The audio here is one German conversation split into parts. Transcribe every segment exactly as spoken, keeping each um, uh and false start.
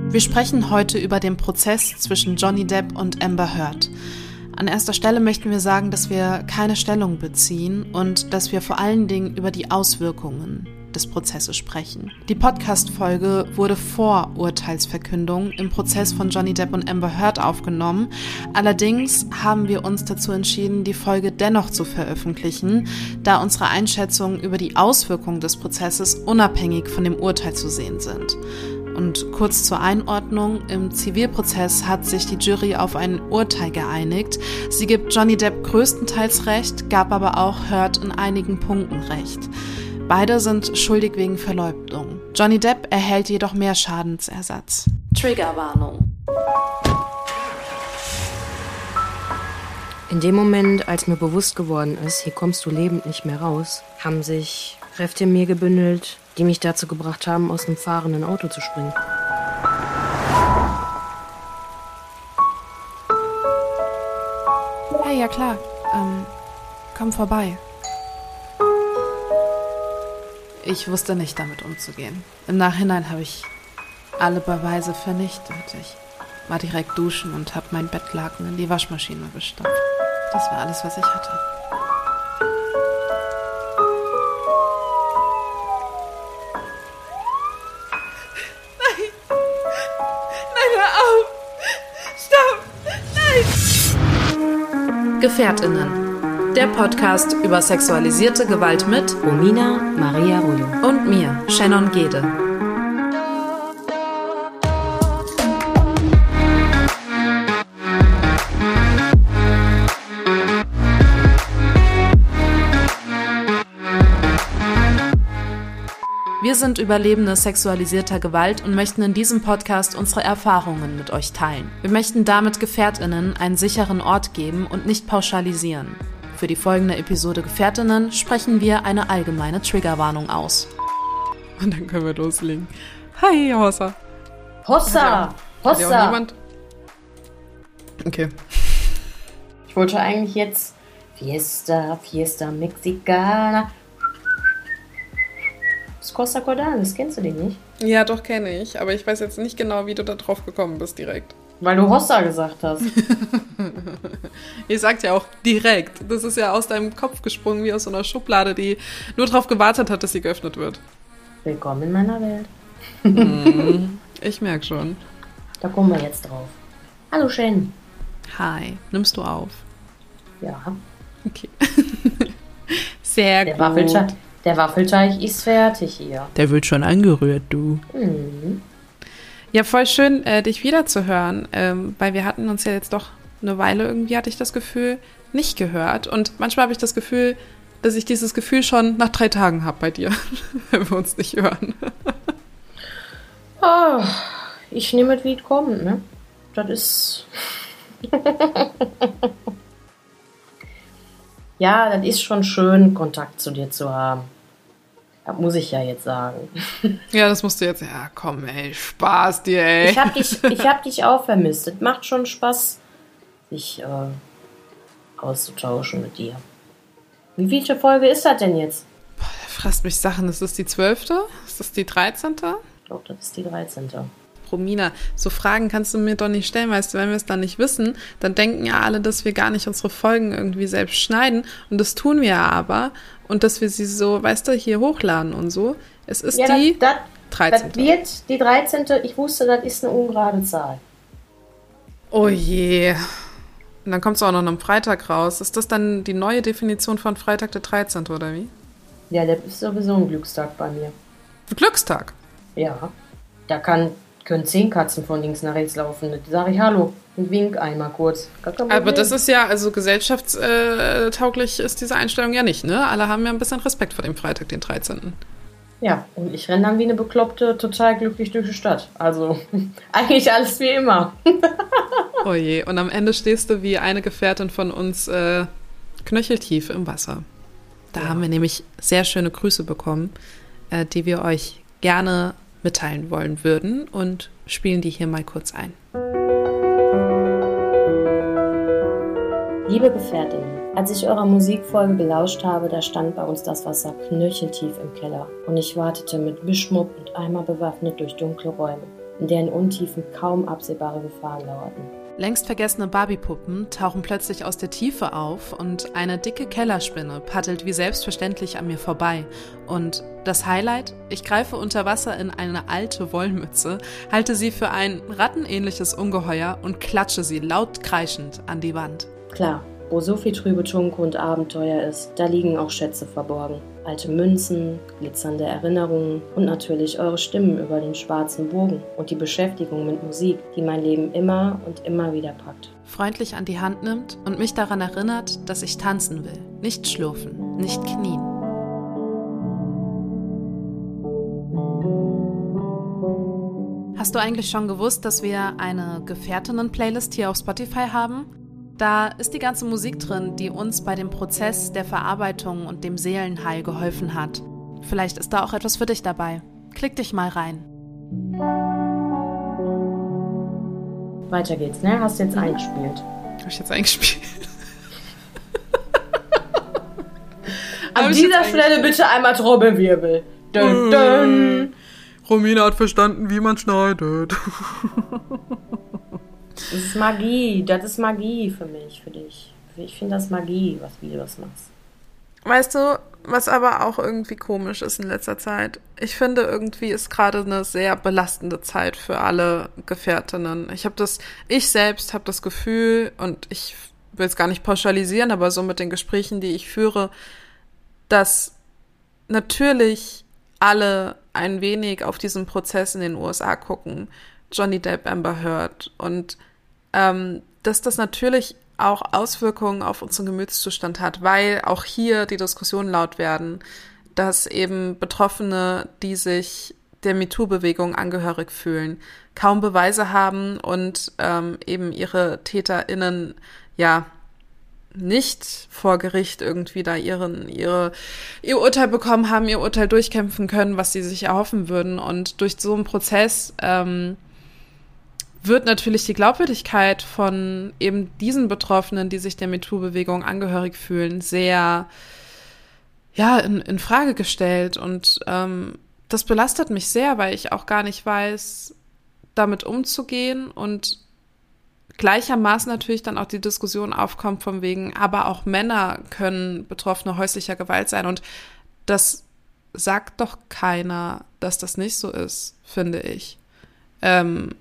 Wir sprechen heute über den Prozess zwischen Johnny Depp und Amber Heard. An erster Stelle möchten wir sagen, dass wir keine Stellung beziehen und dass wir vor allen Dingen über die Auswirkungen des Prozesses sprechen. Die Podcast-Folge wurde vor Urteilsverkündung im Prozess von Johnny Depp und Amber Heard aufgenommen. Allerdings haben wir uns dazu entschieden, die Folge dennoch zu veröffentlichen, da unsere Einschätzungen über die Auswirkungen des Prozesses unabhängig von dem Urteil zu sehen sind. Und kurz zur Einordnung, im Zivilprozess hat sich die Jury auf ein Urteil geeinigt. Sie gibt Johnny Depp größtenteils Recht, gab aber auch Heard in einigen Punkten Recht. Beide sind schuldig wegen Verleumdung. Johnny Depp erhält jedoch mehr Schadensersatz. Triggerwarnung. In dem Moment, als mir bewusst geworden ist, hier kommst du lebend nicht mehr raus, haben sich Kräfte in mir gebündelt, die mich dazu gebracht haben, aus einem fahrenden Auto zu springen. Hey, ja klar. Ähm, komm vorbei. Ich wusste nicht, damit umzugehen. Im Nachhinein habe ich alle Beweise vernichtet. Ich war direkt duschen und habe mein Bettlaken in die Waschmaschine gestopft. Das war alles, was ich hatte. Nein! Nein, hör auf! Stopp! Nein! GefährtInnen. Der Podcast über sexualisierte Gewalt mit Romina Maria Rollo und mir, Shannon Gede. Wir sind Überlebende sexualisierter Gewalt und möchten in diesem Podcast unsere Erfahrungen mit euch teilen. Wir möchten damit GefährtInnen einen sicheren Ort geben und nicht pauschalisieren. Für die folgende Episode GefährtInnen sprechen wir eine allgemeine Triggerwarnung aus. Und dann können wir loslegen. Hi, Hossa. Hossa! Hat ja auch, hat ja Hossa! auch niemand? Okay. Ich wollte eigentlich jetzt Fiesta, Fiesta Mexicana. Das ist Costa Cordalis, kennst du den nicht? Ja, doch, kenne ich. Aber ich weiß jetzt nicht genau, wie du da drauf gekommen bist direkt. Weil du Hossa gesagt hast. Ich sag ja auch direkt. Das ist ja aus deinem Kopf gesprungen, wie aus so einer Schublade, die nur darauf gewartet hat, dass sie geöffnet wird. Willkommen in meiner Welt. Mm, ich merke schon. Da kommen wir jetzt drauf. Hallo Shen. Hi, nimmst du auf? Ja. Okay. Sehr Der gut. Waffelteig, der Waffelteig ist fertig hier. Der wird schon angerührt, du. Mhm. Ja, voll schön, äh, dich wiederzuhören, ähm, weil wir hatten uns ja jetzt doch eine Weile irgendwie, hatte ich das Gefühl, nicht gehört. Und manchmal habe ich das Gefühl, dass ich dieses Gefühl schon nach drei Tagen habe bei dir, wenn wir uns nicht hören. Oh, ich nehme es, wie es kommt, ne? Das ist... Ja, das ist schon schön, Kontakt zu dir zu haben. Das muss ich ja jetzt sagen. Ja, das musst du jetzt... Ja, komm, ey, Spaß dir, ey. Ich hab dich, ich hab dich auch vermisst. Es macht schon Spaß, sich äh, auszutauschen mit dir. Wie vielte Folge ist das denn jetzt? Boah, der frisst mich Sachen. Ist das die zwölfte? Ist das die dreizehnte? Ich glaube, das ist die dreizehnte. Romina, so Fragen kannst du mir doch nicht stellen, weißt du, wenn wir es dann nicht wissen, dann denken ja alle, dass wir gar nicht unsere Folgen irgendwie selbst schneiden und das tun wir ja aber und dass wir sie so, weißt du, hier hochladen und so. Es ist Ja, die das, dreizehnte. Das wird die dreizehnte. Ich wusste, das ist eine ungerade Zahl. Oh je. Und dann kommt es auch noch am Freitag raus. Ist das dann die neue Definition von Freitag der dreizehnte oder wie? Ja, das ist sowieso ein Glückstag bei mir. Ein Glückstag? Ja, da kann, können zehn Katzen von links nach rechts laufen. Da sage ich Hallo und wink einmal kurz. Aber das ist ja, also gesellschaftstauglich ist diese Einstellung ja nicht, ne? Alle haben ja ein bisschen Respekt vor dem Freitag, den dreizehnten. Ja, und ich renne dann wie eine Bekloppte total glücklich durch die Stadt. Also eigentlich alles wie immer. Oh je, und am Ende stehst du wie eine Gefährtin von uns äh, knöcheltief im Wasser. Da ja. haben wir nämlich sehr schöne Grüße bekommen, äh, die wir euch gerne mitteilen wollen würden und spielen die hier mal kurz ein. Liebe Gefährtinnen, als ich eurer Musikfolge gelauscht habe, da stand bei uns das Wasser knöcheltief im Keller und ich wartete mit Wischmopp und Eimer bewaffnet durch dunkle Räume. in deren Untiefen kaum absehbare Gefahren lauerten. Längst vergessene Barbie-Puppen tauchen plötzlich aus der Tiefe auf und eine dicke Kellerspinne paddelt wie selbstverständlich an mir vorbei. Und das Highlight? Ich greife unter Wasser in eine alte Wollmütze, halte sie für ein rattenähnliches Ungeheuer und klatsche sie laut kreischend an die Wand. Klar, wo so viel trübe Tunke und Abenteuer ist, da liegen auch Schätze verborgen. Alte Münzen, glitzernde Erinnerungen und natürlich eure Stimmen über den schwarzen Bogen und die Beschäftigung mit Musik, die mein Leben immer und immer wieder packt. Freundlich an die Hand nimmt und mich daran erinnert, dass ich tanzen will. Nicht schlurfen, nicht knien. Hast du eigentlich schon gewusst, dass wir eine Gefährtinnen-Playlist hier auf Spotify haben? Da ist die ganze Musik drin, die uns bei dem Prozess der Verarbeitung und dem Seelenheil geholfen hat. Vielleicht ist da auch etwas für dich dabei. Klick dich mal rein. Weiter geht's, ne? Hast du jetzt eingespielt? Hab ich jetzt eingespielt? An dieser Stelle bitte einmal Trommelwirbel. Dun, dun. Romina hat verstanden, wie man schneidet. Das ist Magie, das ist Magie für mich, für dich. Ich finde das Magie, was wie du das machst. Weißt du, was aber auch irgendwie komisch ist in letzter Zeit? Ich finde, irgendwie ist gerade eine sehr belastende Zeit für alle Gefährtinnen. Ich habe das, ich selbst habe das Gefühl, und ich will es gar nicht pauschalisieren, aber so mit den Gesprächen, die ich führe, dass natürlich alle ein wenig auf diesen Prozess in den U S A gucken. Johnny Depp, Amber Heard, und ähm, dass das natürlich auch Auswirkungen auf unseren Gemütszustand hat, weil auch hier die Diskussionen laut werden, dass eben Betroffene, die sich der MeToo-Bewegung angehörig fühlen, kaum Beweise haben und ähm, eben ihre TäterInnen ja nicht vor Gericht irgendwie da ihren, ihre, ihr Urteil bekommen haben, ihr Urteil durchkämpfen können, was sie sich erhoffen würden. Und durch so einen Prozess ähm, wird natürlich die Glaubwürdigkeit von eben diesen Betroffenen, die sich der MeToo-Bewegung angehörig fühlen, sehr ja in, in Frage gestellt. Und ähm, das belastet mich sehr, weil ich auch gar nicht weiß, damit umzugehen, und gleichermaßen natürlich dann auch die Diskussion aufkommt von wegen, aber auch Männer können Betroffene häuslicher Gewalt sein. Und das sagt doch keiner, dass das nicht so ist, finde ich. Ähm,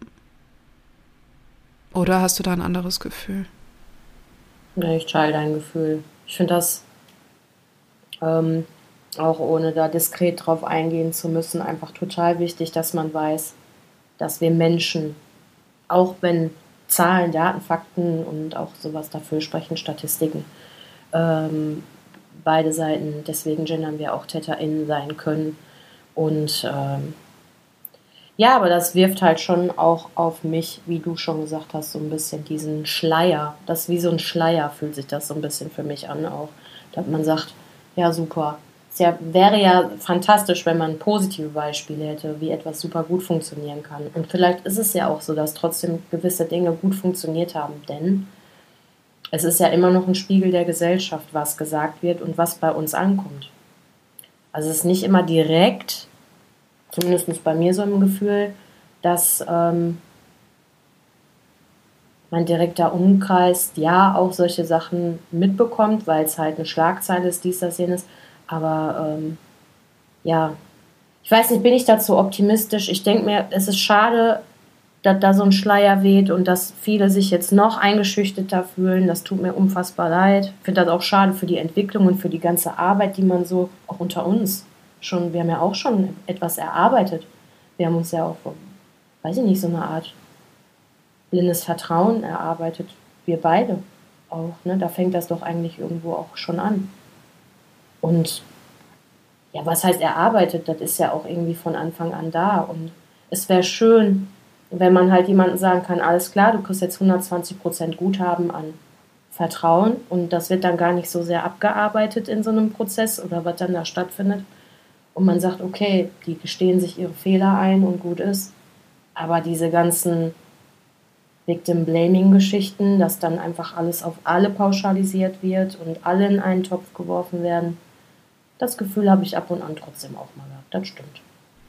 oder hast du da ein anderes Gefühl? Ja, ich teile dein Gefühl. Ich finde das, ähm, auch ohne da diskret drauf eingehen zu müssen, einfach total wichtig, dass man weiß, dass wir Menschen, auch wenn Zahlen, Daten, Fakten und auch sowas dafür sprechen, Statistiken, ähm, beide Seiten, deswegen gendern wir auch TäterInnen sein können. Und ähm, ja, aber das wirft halt schon auch auf mich, wie du schon gesagt hast, so ein bisschen diesen Schleier. Das ist wie so ein Schleier, fühlt sich das so ein bisschen für mich an auch. Dass man sagt, ja super, es ja, wäre ja fantastisch, wenn man positive Beispiele hätte, wie etwas super gut funktionieren kann. Und vielleicht ist es ja auch so, dass trotzdem gewisse Dinge gut funktioniert haben, denn es ist ja immer noch ein Spiegel der Gesellschaft, was gesagt wird und was bei uns ankommt. Also es ist nicht immer direkt, zumindest bei mir so im Gefühl, dass ähm, mein direkter Umkreis ja auch solche Sachen mitbekommt, weil es halt eine Schlagzeile ist, dies, das, jenes. Aber ähm, ja, ich weiß nicht, bin ich dazu optimistisch? Ich denke mir, es ist schade, dass da so ein Schleier weht und dass viele sich jetzt noch eingeschüchterter fühlen. Das tut mir unfassbar leid. Ich finde das auch schade für die Entwicklung und für die ganze Arbeit, die man so auch unter uns schon, wir haben ja auch schon etwas erarbeitet. Wir haben uns ja auch, weiß ich nicht, so eine Art blindes Vertrauen erarbeitet. Wir beide auch, ne? Da fängt das doch eigentlich irgendwo auch schon an. Und ja, was heißt erarbeitet? Das ist ja auch irgendwie von Anfang an da. Und es wäre schön, wenn man halt jemandem sagen kann, alles klar, du kriegst jetzt hundertzwanzig Prozent Guthaben an Vertrauen und das wird dann gar nicht so sehr abgearbeitet in so einem Prozess oder was dann da stattfindet. Und man sagt, okay, die gestehen sich ihre Fehler ein und gut ist. Aber diese ganzen Victim-Blaming-Geschichten, dass dann einfach alles auf alle pauschalisiert wird und alle in einen Topf geworfen werden, das Gefühl habe ich ab und an trotzdem auch mal gehabt. Das stimmt.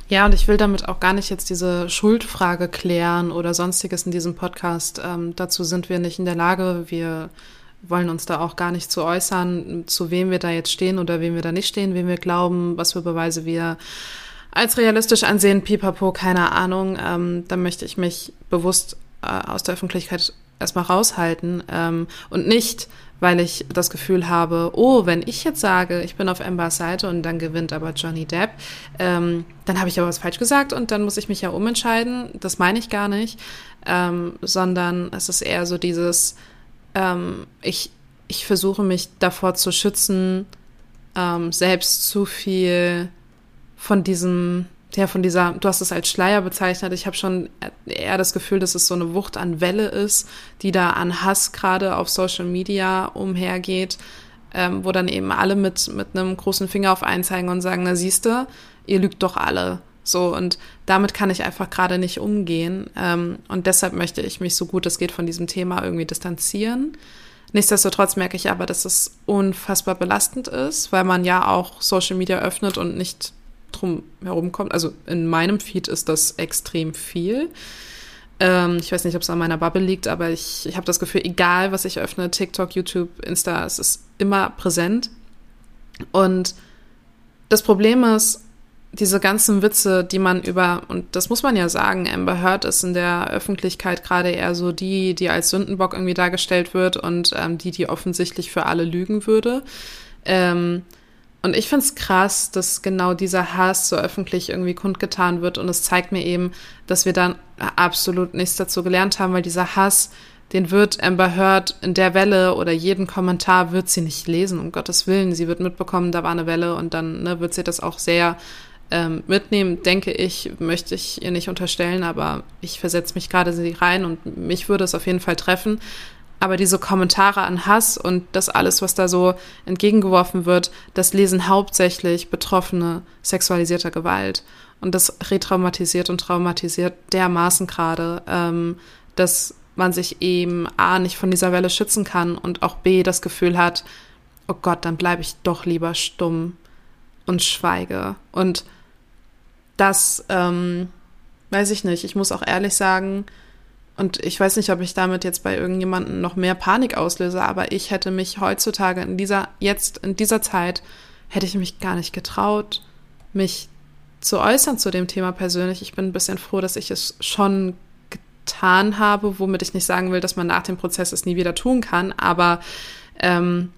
Ja, und ich will damit auch gar nicht jetzt diese Schuldfrage klären oder sonstiges in diesem Podcast. Ähm, dazu sind wir nicht in der Lage. Wir wollen uns da auch gar nicht zu äußern, zu wem wir da jetzt stehen oder wem wir da nicht stehen, wem wir glauben, was für Beweise wir als realistisch ansehen, pipapo, keine Ahnung. Ähm, da möchte ich mich bewusst äh, aus der Öffentlichkeit erstmal raushalten ähm, und nicht, weil ich das Gefühl habe, oh, wenn ich jetzt sage, ich bin auf Ambers Seite und dann gewinnt aber Johnny Depp, ähm, dann habe ich aber was falsch gesagt und dann muss ich mich ja umentscheiden. Das meine ich gar nicht, ähm, sondern es ist eher so dieses, ähm, ich, ich versuche mich davor zu schützen, ähm, selbst zu viel von diesem, ja, von dieser, du hast es als Schleier bezeichnet, ich habe schon eher das Gefühl, dass es so eine Wucht an Welle ist, die da an Hass gerade auf Social Media umhergeht, ähm, wo dann eben alle mit, mit einem großen Finger auf einen zeigen und sagen, na siehste, ihr lügt doch alle. So, und damit kann ich einfach gerade nicht umgehen. Ähm, und deshalb möchte ich mich so gut es geht von diesem Thema irgendwie distanzieren. Nichtsdestotrotz merke ich aber, dass es unfassbar belastend ist, weil man ja auch Social Media öffnet und nicht drum herum kommt. Also in meinem Feed ist das extrem viel. Ähm, ich weiß nicht, ob es an meiner Bubble liegt, aber ich, ich habe das Gefühl, egal was ich öffne, TikTok, YouTube, Insta, es ist immer präsent. Und das Problem ist, diese ganzen Witze, die man über, und das muss man ja sagen, Amber Heard ist in der Öffentlichkeit gerade eher so die, die als Sündenbock irgendwie dargestellt wird und ähm, die, die offensichtlich für alle lügen würde. Ähm, Und ich find's krass, dass genau dieser Hass so öffentlich irgendwie kundgetan wird. Und es zeigt mir eben, dass wir dann absolut nichts dazu gelernt haben, weil dieser Hass, den wird Amber Heard in der Welle oder jeden Kommentar wird sie nicht lesen, um Gottes Willen. Sie wird mitbekommen, da war eine Welle und dann ne, wird sie das auch sehr ähm, mitnehmen, denke ich, möchte ich ihr nicht unterstellen, aber ich versetze mich gerade sie rein und mich würde es auf jeden Fall treffen. Aber diese Kommentare an Hass und das alles, was da so entgegengeworfen wird, das lesen hauptsächlich Betroffene sexualisierter Gewalt. Und das retraumatisiert und traumatisiert dermaßen gerade, ähm, dass man sich eben A, nicht von dieser Welle schützen kann und auch B, das Gefühl hat, oh Gott, dann bleibe ich doch lieber stumm und schweige. Und das, ähm, weiß ich nicht, ich muss auch ehrlich sagen, und ich weiß nicht, ob ich damit jetzt bei irgendjemandem noch mehr Panik auslöse, aber ich hätte mich heutzutage in dieser, jetzt in dieser Zeit, hätte ich mich gar nicht getraut, mich zu äußern zu dem Thema persönlich. Ich bin ein bisschen froh, dass ich es schon getan habe, womit ich nicht sagen will, dass man nach dem Prozess es nie wieder tun kann, aber ähm,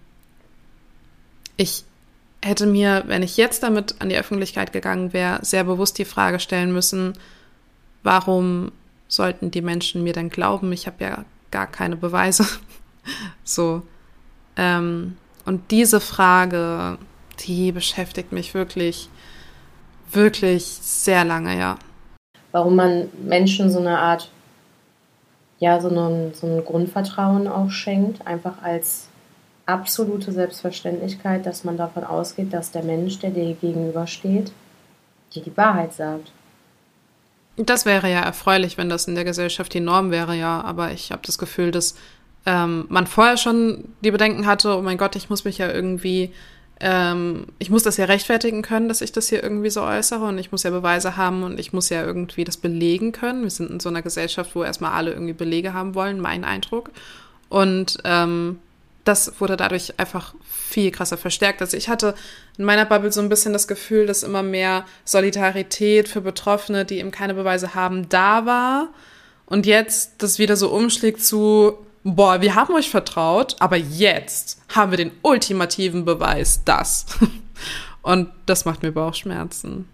ich hätte mir, wenn ich jetzt damit an die Öffentlichkeit gegangen wäre, sehr bewusst die Frage stellen müssen, warum sollten die Menschen mir dann glauben? Ich habe ja gar keine Beweise. so. Ähm, und diese Frage, die beschäftigt mich wirklich, wirklich sehr lange, ja. Warum man Menschen so eine Art, ja, so ein, so ein Grundvertrauen auch schenkt, einfach als absolute Selbstverständlichkeit, dass man davon ausgeht, dass der Mensch, der dir gegenübersteht, dir die Wahrheit sagt. Das wäre ja erfreulich, wenn das in der Gesellschaft die Norm wäre, ja. Aber ich habe das Gefühl, dass ähm, man vorher schon die Bedenken hatte, oh mein Gott, ich muss mich ja irgendwie, ähm, ich muss das ja rechtfertigen können, dass ich das hier irgendwie so äußere und ich muss ja Beweise haben und ich muss ja irgendwie das belegen können. Wir sind in so einer Gesellschaft, wo erstmal alle irgendwie Belege haben wollen, mein Eindruck. Und ähm, das wurde dadurch einfach viel krasser verstärkt. Also ich hatte in meiner Bubble so ein bisschen das Gefühl, dass immer mehr Solidarität für Betroffene, die eben keine Beweise haben, da war. Und jetzt das wieder so umschlägt zu, boah, wir haben euch vertraut, aber jetzt haben wir den ultimativen Beweis, das. Und das macht mir Bauchschmerzen.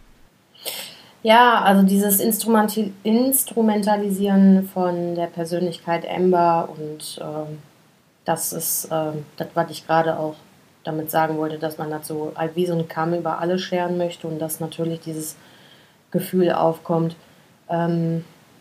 Ja, also dieses Instrumenti- Instrumentalisieren von der Persönlichkeit Amber und ähm, das ist ähm, das, was ich gerade auch damit sagen wollte, dass man das so wie so ein Kamm über alle scheren möchte und dass natürlich dieses Gefühl aufkommt. Ähm,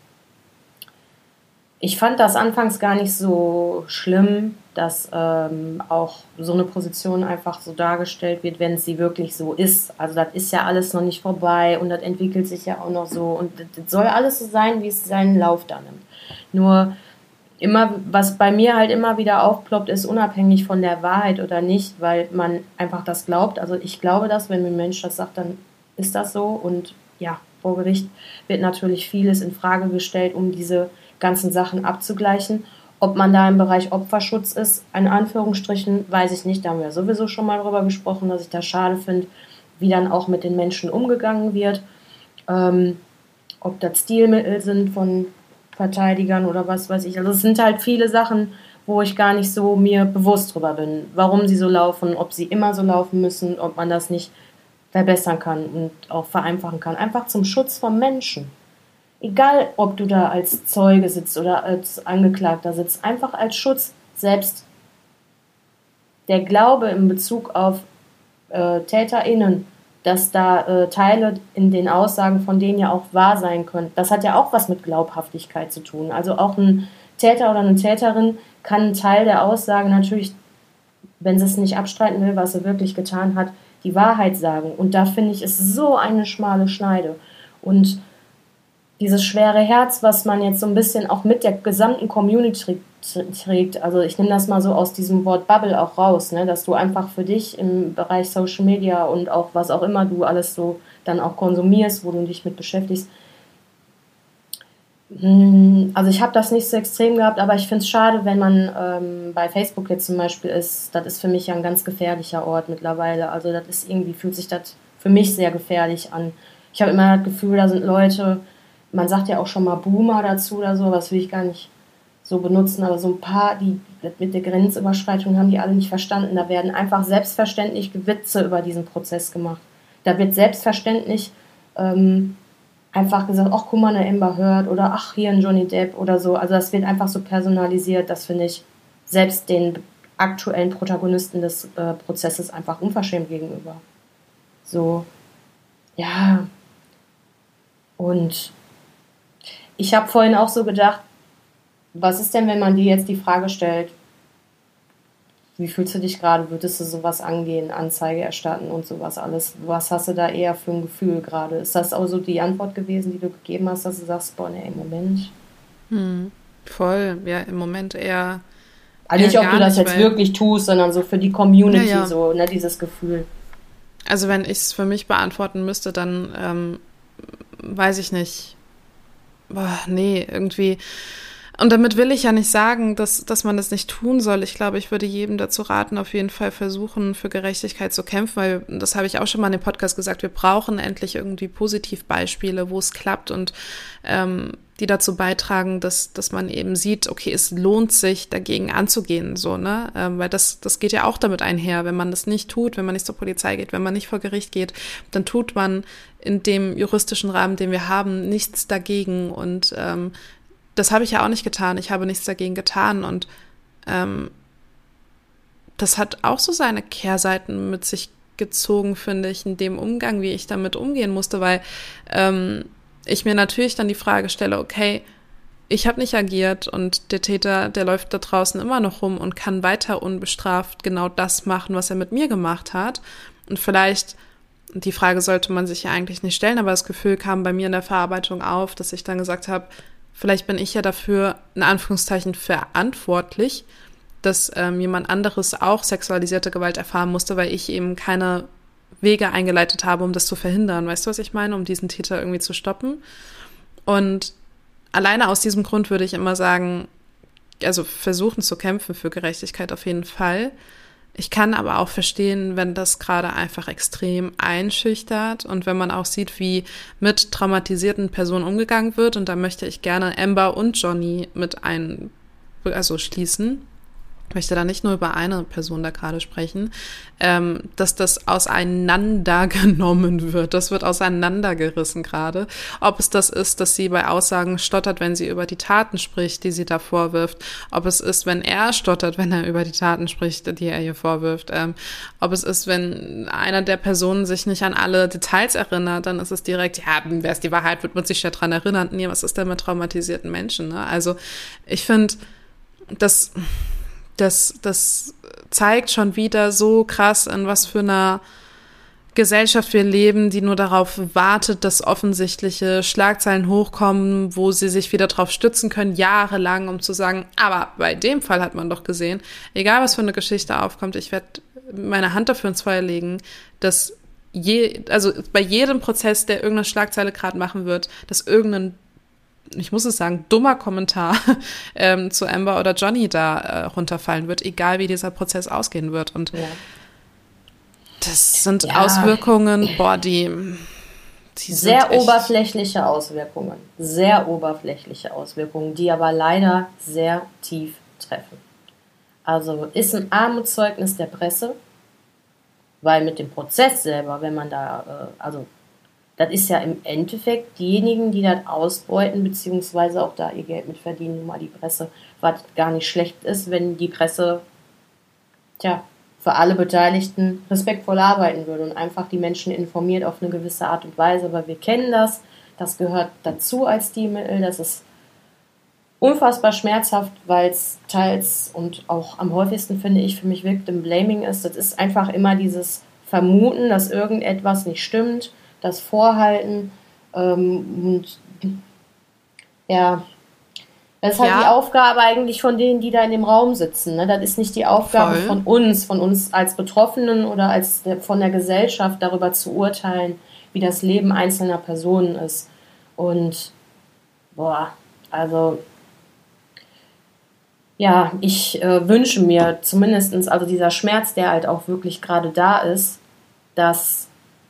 ich fand das anfangs gar nicht so schlimm, dass ähm, auch so eine Position einfach so dargestellt wird, wenn sie wirklich so ist. Also das ist ja alles noch nicht vorbei und das entwickelt sich ja auch noch so und das soll alles so sein, wie es seinen Lauf da nimmt. Nur immer, was bei mir halt immer wieder aufploppt, ist unabhängig von der Wahrheit oder nicht, weil man einfach das glaubt. Also ich glaube das, wenn mir ein Mensch das sagt, dann ist das so und ja, vor Gericht wird natürlich vieles in Frage gestellt, um diese ganzen Sachen abzugleichen. Ob man da im Bereich Opferschutz ist, in Anführungsstrichen, weiß ich nicht. Da haben wir sowieso schon mal drüber gesprochen, dass ich das schade finde, wie dann auch mit den Menschen umgegangen wird. Ähm, ob das Stilmittel sind von Verteidigern oder was weiß ich. Also es sind halt viele Sachen, wo ich gar nicht so mir bewusst drüber bin, warum sie so laufen, ob sie immer so laufen müssen, ob man das nicht verbessern kann und auch vereinfachen kann. Einfach zum Schutz von Menschen. Egal, ob du da als Zeuge sitzt oder als Angeklagter sitzt, einfach als Schutz. Selbst der Glaube in Bezug auf äh, TäterInnen, dass da äh, Teile in den Aussagen von denen ja auch wahr sein können, das hat ja auch was mit Glaubhaftigkeit zu tun. Also auch ein Täter oder eine Täterin kann einen Teil der Aussage natürlich, wenn sie es nicht abstreiten will, was sie wirklich getan hat, die Wahrheit sagen. Und da finde ich, ist so eine schmale Schneide. Und dieses schwere Herz, was man jetzt so ein bisschen auch mit der gesamten Community trägt, also ich nehme das mal so aus diesem Wort Bubble auch raus, ne, dass du einfach für dich im Bereich Social Media und auch was auch immer du alles so dann auch konsumierst, wo du dich mit beschäftigst. Also ich habe das nicht so extrem gehabt, aber ich finde es schade, wenn man ähm, bei Facebook jetzt zum Beispiel ist, das ist für mich ja ein ganz gefährlicher Ort mittlerweile, also das ist irgendwie, fühlt sich das für mich sehr gefährlich an. Ich habe immer das Gefühl, da sind Leute, man sagt ja auch schon mal Boomer dazu oder so, das will ich gar nicht so benutzen, aber so ein paar, die mit der Grenzüberschreitung haben die alle nicht verstanden. Da werden einfach selbstverständlich Witze über diesen Prozess gemacht. Da wird selbstverständlich ähm, einfach gesagt, ach, guck mal, eine Amber Heard oder ach, hier ein Johnny Depp oder so. Also das wird einfach so personalisiert, das finde ich selbst den aktuellen Protagonisten des äh, Prozesses einfach unverschämt gegenüber. So, ja. Und ich habe vorhin auch so gedacht, was ist denn, wenn man dir jetzt die Frage stellt, wie fühlst du dich gerade, würdest du sowas angehen, Anzeige erstatten und sowas alles? Was hast du da eher für ein Gefühl gerade? Ist das auch so die Antwort gewesen, die du gegeben hast, dass du sagst, boah, ne, im Moment? Hm, voll, ja, im Moment eher. Also nicht, eher ob du das nicht, jetzt wirklich tust, sondern so für die Community, ja, ja. so, ne, dieses Gefühl. Also wenn ich es für mich beantworten müsste, dann ähm, weiß ich nicht. Boah, nee, irgendwie. Und damit will ich ja nicht sagen, dass, dass man das nicht tun soll. Ich glaube, ich würde jedem dazu raten, auf jeden Fall versuchen, für Gerechtigkeit zu kämpfen, weil, das habe ich auch schon mal in dem Podcast gesagt, wir brauchen endlich irgendwie Positivbeispiele, wo es klappt und ähm, die dazu beitragen, dass, dass man eben sieht, okay, es lohnt sich, dagegen anzugehen, so, ne, ähm, weil das, das geht ja auch damit einher, wenn man das nicht tut, wenn man nicht zur Polizei geht, wenn man nicht vor Gericht geht, dann tut man in dem juristischen Rahmen, den wir haben, nichts dagegen und ähm, das habe ich ja auch nicht getan. Ich habe nichts dagegen getan und ähm, das hat auch so seine Kehrseiten mit sich gezogen, finde ich, in dem Umgang, wie ich damit umgehen musste, weil ähm, ich mir natürlich dann die Frage stelle, okay, ich habe nicht agiert und der Täter, der läuft da draußen immer noch rum und kann weiter unbestraft genau das machen, was er mit mir gemacht hat. Und vielleicht, die Frage sollte man sich ja eigentlich nicht stellen, aber das Gefühl kam bei mir in der Verarbeitung auf, dass ich dann gesagt habe, vielleicht bin ich ja dafür, in Anführungszeichen, verantwortlich, dass ähm, jemand anderes auch sexualisierte Gewalt erfahren musste, weil ich eben keine Wege eingeleitet habe, um das zu verhindern. Weißt du, was ich meine? Um diesen Täter irgendwie zu stoppen. Und alleine aus diesem Grund würde ich immer sagen, also versuchen zu kämpfen für Gerechtigkeit auf jeden Fall. Ich kann aber auch verstehen, wenn das gerade einfach extrem einschüchtert und wenn man auch sieht, wie mit traumatisierten Personen umgegangen wird. Und da möchte ich gerne Amber und Johnny mit ein, also schließen. Ich möchte da nicht nur über eine Person da gerade sprechen, ähm, dass das auseinandergenommen wird. Das wird auseinandergerissen gerade. Ob es das ist, dass sie bei Aussagen stottert, wenn sie über die Taten spricht, die sie da vorwirft. Ob es ist, wenn er stottert, wenn er über die Taten spricht, die er ihr vorwirft. Ähm, ob es ist, wenn einer der Personen sich nicht an alle Details erinnert, dann ist es direkt, ja, wer es die Wahrheit, wird man sich ja dran erinnern. Nee, was ist denn mit traumatisierten Menschen? Ne? Also ich finde, dass Das, das zeigt schon wieder so krass, in was für einer Gesellschaft wir leben, die nur darauf wartet, dass offensichtliche Schlagzeilen hochkommen, wo sie sich wieder drauf stützen können, jahrelang, um zu sagen, aber bei dem Fall hat man doch gesehen, egal was für eine Geschichte aufkommt, ich werde meine Hand dafür ins Feuer legen, dass je, also bei jedem Prozess, der irgendeine Schlagzeile gerade machen wird, dass irgendein, ich muss es sagen, dummer Kommentar ähm, zu Amber oder Johnny da äh, runterfallen wird, egal wie dieser Prozess ausgehen wird. Und Ja. das sind Ja. Auswirkungen, boah, die, die Sehr sind echt, oberflächliche Auswirkungen. Sehr oberflächliche Auswirkungen, die aber leider sehr tief treffen. Also ist ein Armutszeugnis der Presse, weil mit dem Prozess selber, wenn man da, äh, also das ist ja im Endeffekt diejenigen, die das ausbeuten, beziehungsweise auch da ihr Geld mit verdienen, nun mal die Presse, was gar nicht schlecht ist, wenn die Presse, tja, für alle Beteiligten respektvoll arbeiten würde und einfach die Menschen informiert auf eine gewisse Art und Weise. Aber wir kennen das, das gehört dazu als Stilmittel, das ist unfassbar schmerzhaft, weil es teils und auch am häufigsten, finde ich, für mich Victim Blaming ist. Das ist einfach immer dieses Vermuten, dass irgendetwas nicht stimmt, das Vorhalten ähm, und ja, das ist halt Ja. die Aufgabe eigentlich von denen, die da in dem Raum sitzen. Ne? Das ist nicht die Aufgabe Voll. von uns, von uns als Betroffenen oder als der, von der Gesellschaft darüber zu urteilen, wie das Leben einzelner Personen ist. Und boah, also ja, ich äh, wünsche mir zumindestens, also dieser Schmerz, der halt auch wirklich gerade da ist, dass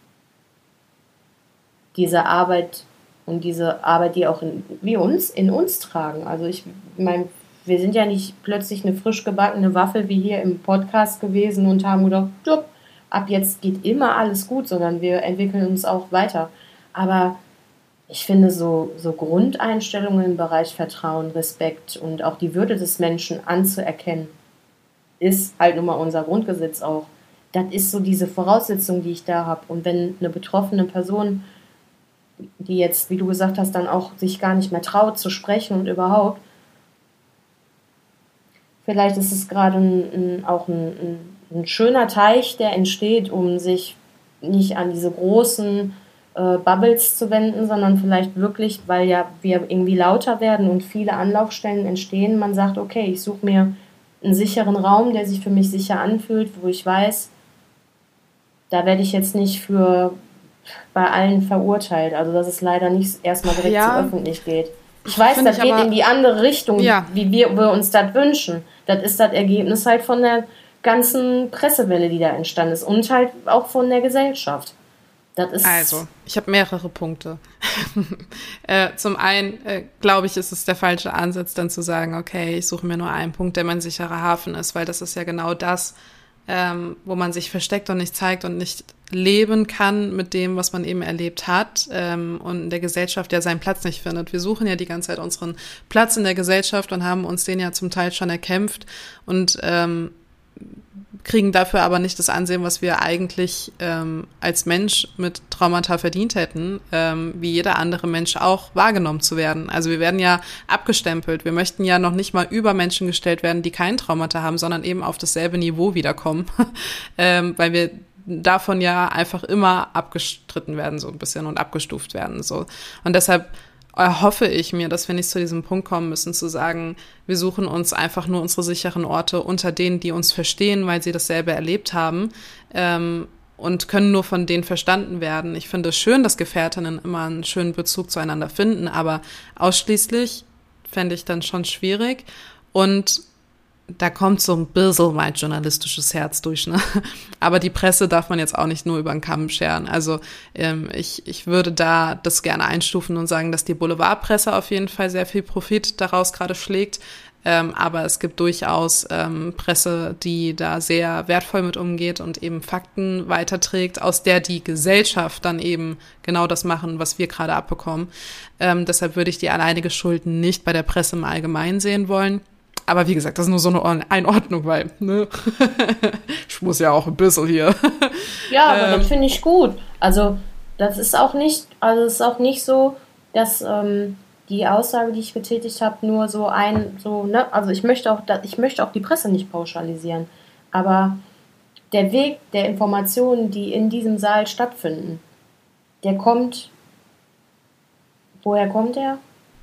diese Arbeit und diese Arbeit, die auch in, wir uns, in uns tragen. Also ich meine, wir sind ja nicht plötzlich eine frisch gebackene Waffel wie hier im Podcast gewesen und haben gedacht, jupp, ab jetzt geht immer alles gut, sondern wir entwickeln uns auch weiter. Aber ich finde, so, so Grundeinstellungen im Bereich Vertrauen, Respekt und auch die Würde des Menschen anzuerkennen, ist halt nun mal unser Grundgesetz auch. Das ist so diese Voraussetzung, die ich da habe. Und wenn eine betroffene Person, die jetzt, wie du gesagt hast, dann auch sich gar nicht mehr traut zu sprechen und überhaupt, vielleicht ist es gerade ein, ein, auch ein, ein, ein schöner Teich, der entsteht, um sich nicht an diese großen äh, Bubbles zu wenden, sondern vielleicht wirklich, weil ja wir irgendwie lauter werden und viele Anlaufstellen entstehen, man sagt, okay, ich suche mir einen sicheren Raum, der sich für mich sicher anfühlt, wo ich weiß, da werde ich jetzt nicht für bei allen verurteilt. Also dass es leider nicht erstmal direkt Ja. zu öffentlich geht. Ich weiß, Find das ich geht aber- in die andere Richtung, Ja. wie wir, wir uns das wünschen. Das ist das Ergebnis halt von der ganzen Pressewelle, die da entstanden ist und halt auch von der Gesellschaft. Das ist Also, ich habe mehrere Punkte. äh, zum einen, äh, glaube ich, ist es der falsche Ansatz, dann zu sagen, okay, ich suche mir nur einen Punkt, der mein sicherer Hafen ist, weil das ist ja genau das, ähm, wo man sich versteckt und nicht zeigt und nicht leben kann mit dem, was man eben erlebt hat ähm, und in der Gesellschaft ja seinen Platz nicht findet. Wir suchen ja die ganze Zeit unseren Platz in der Gesellschaft und haben uns den ja zum Teil schon erkämpft und ähm, kriegen dafür aber nicht das Ansehen, was wir eigentlich ähm, als Mensch mit Traumata verdient hätten, ähm, wie jeder andere Mensch auch wahrgenommen zu werden. Also wir werden ja abgestempelt. Wir möchten ja noch nicht mal über Menschen gestellt werden, die kein Traumata haben, sondern eben auf dasselbe Niveau wiederkommen, ähm, weil wir davon ja einfach immer abgestritten werden so ein bisschen und abgestuft werden so. Und deshalb erhoffe ich mir, dass wir nicht zu diesem Punkt kommen müssen, zu sagen, wir suchen uns einfach nur unsere sicheren Orte unter denen, die uns verstehen, weil sie dasselbe erlebt haben ähm, und können nur von denen verstanden werden. Ich finde es schön, dass Gefährtinnen immer einen schönen Bezug zueinander finden, aber ausschließlich fände ich dann schon schwierig. Und da kommt so ein bisschen mein journalistisches Herz durch, ne? Aber die Presse darf man jetzt auch nicht nur über den Kamm scheren. Also ähm, ich, ich würde da das gerne einstufen und sagen, dass die Boulevardpresse auf jeden Fall sehr viel Profit daraus gerade schlägt. Ähm, aber es gibt durchaus ähm, Presse, die da sehr wertvoll mit umgeht und eben Fakten weiterträgt, aus der die Gesellschaft dann eben genau das machen, was wir gerade abbekommen. Ähm, deshalb würde ich die alleinige Schuld nicht bei der Presse im Allgemeinen sehen wollen. Aber wie gesagt, das ist nur so eine Einordnung, weil, ne, ich muss ja auch ein bisschen hier. Ja, aber Ähm. das finde ich gut. Also das ist auch nicht, also es ist auch nicht so, dass ähm, die Aussage, die ich getätigt habe, nur so ein, so, ne, also ich möchte auch, ich möchte auch die Presse nicht pauschalisieren. Aber der Weg der Informationen, die in diesem Saal stattfinden, der kommt, woher kommt der?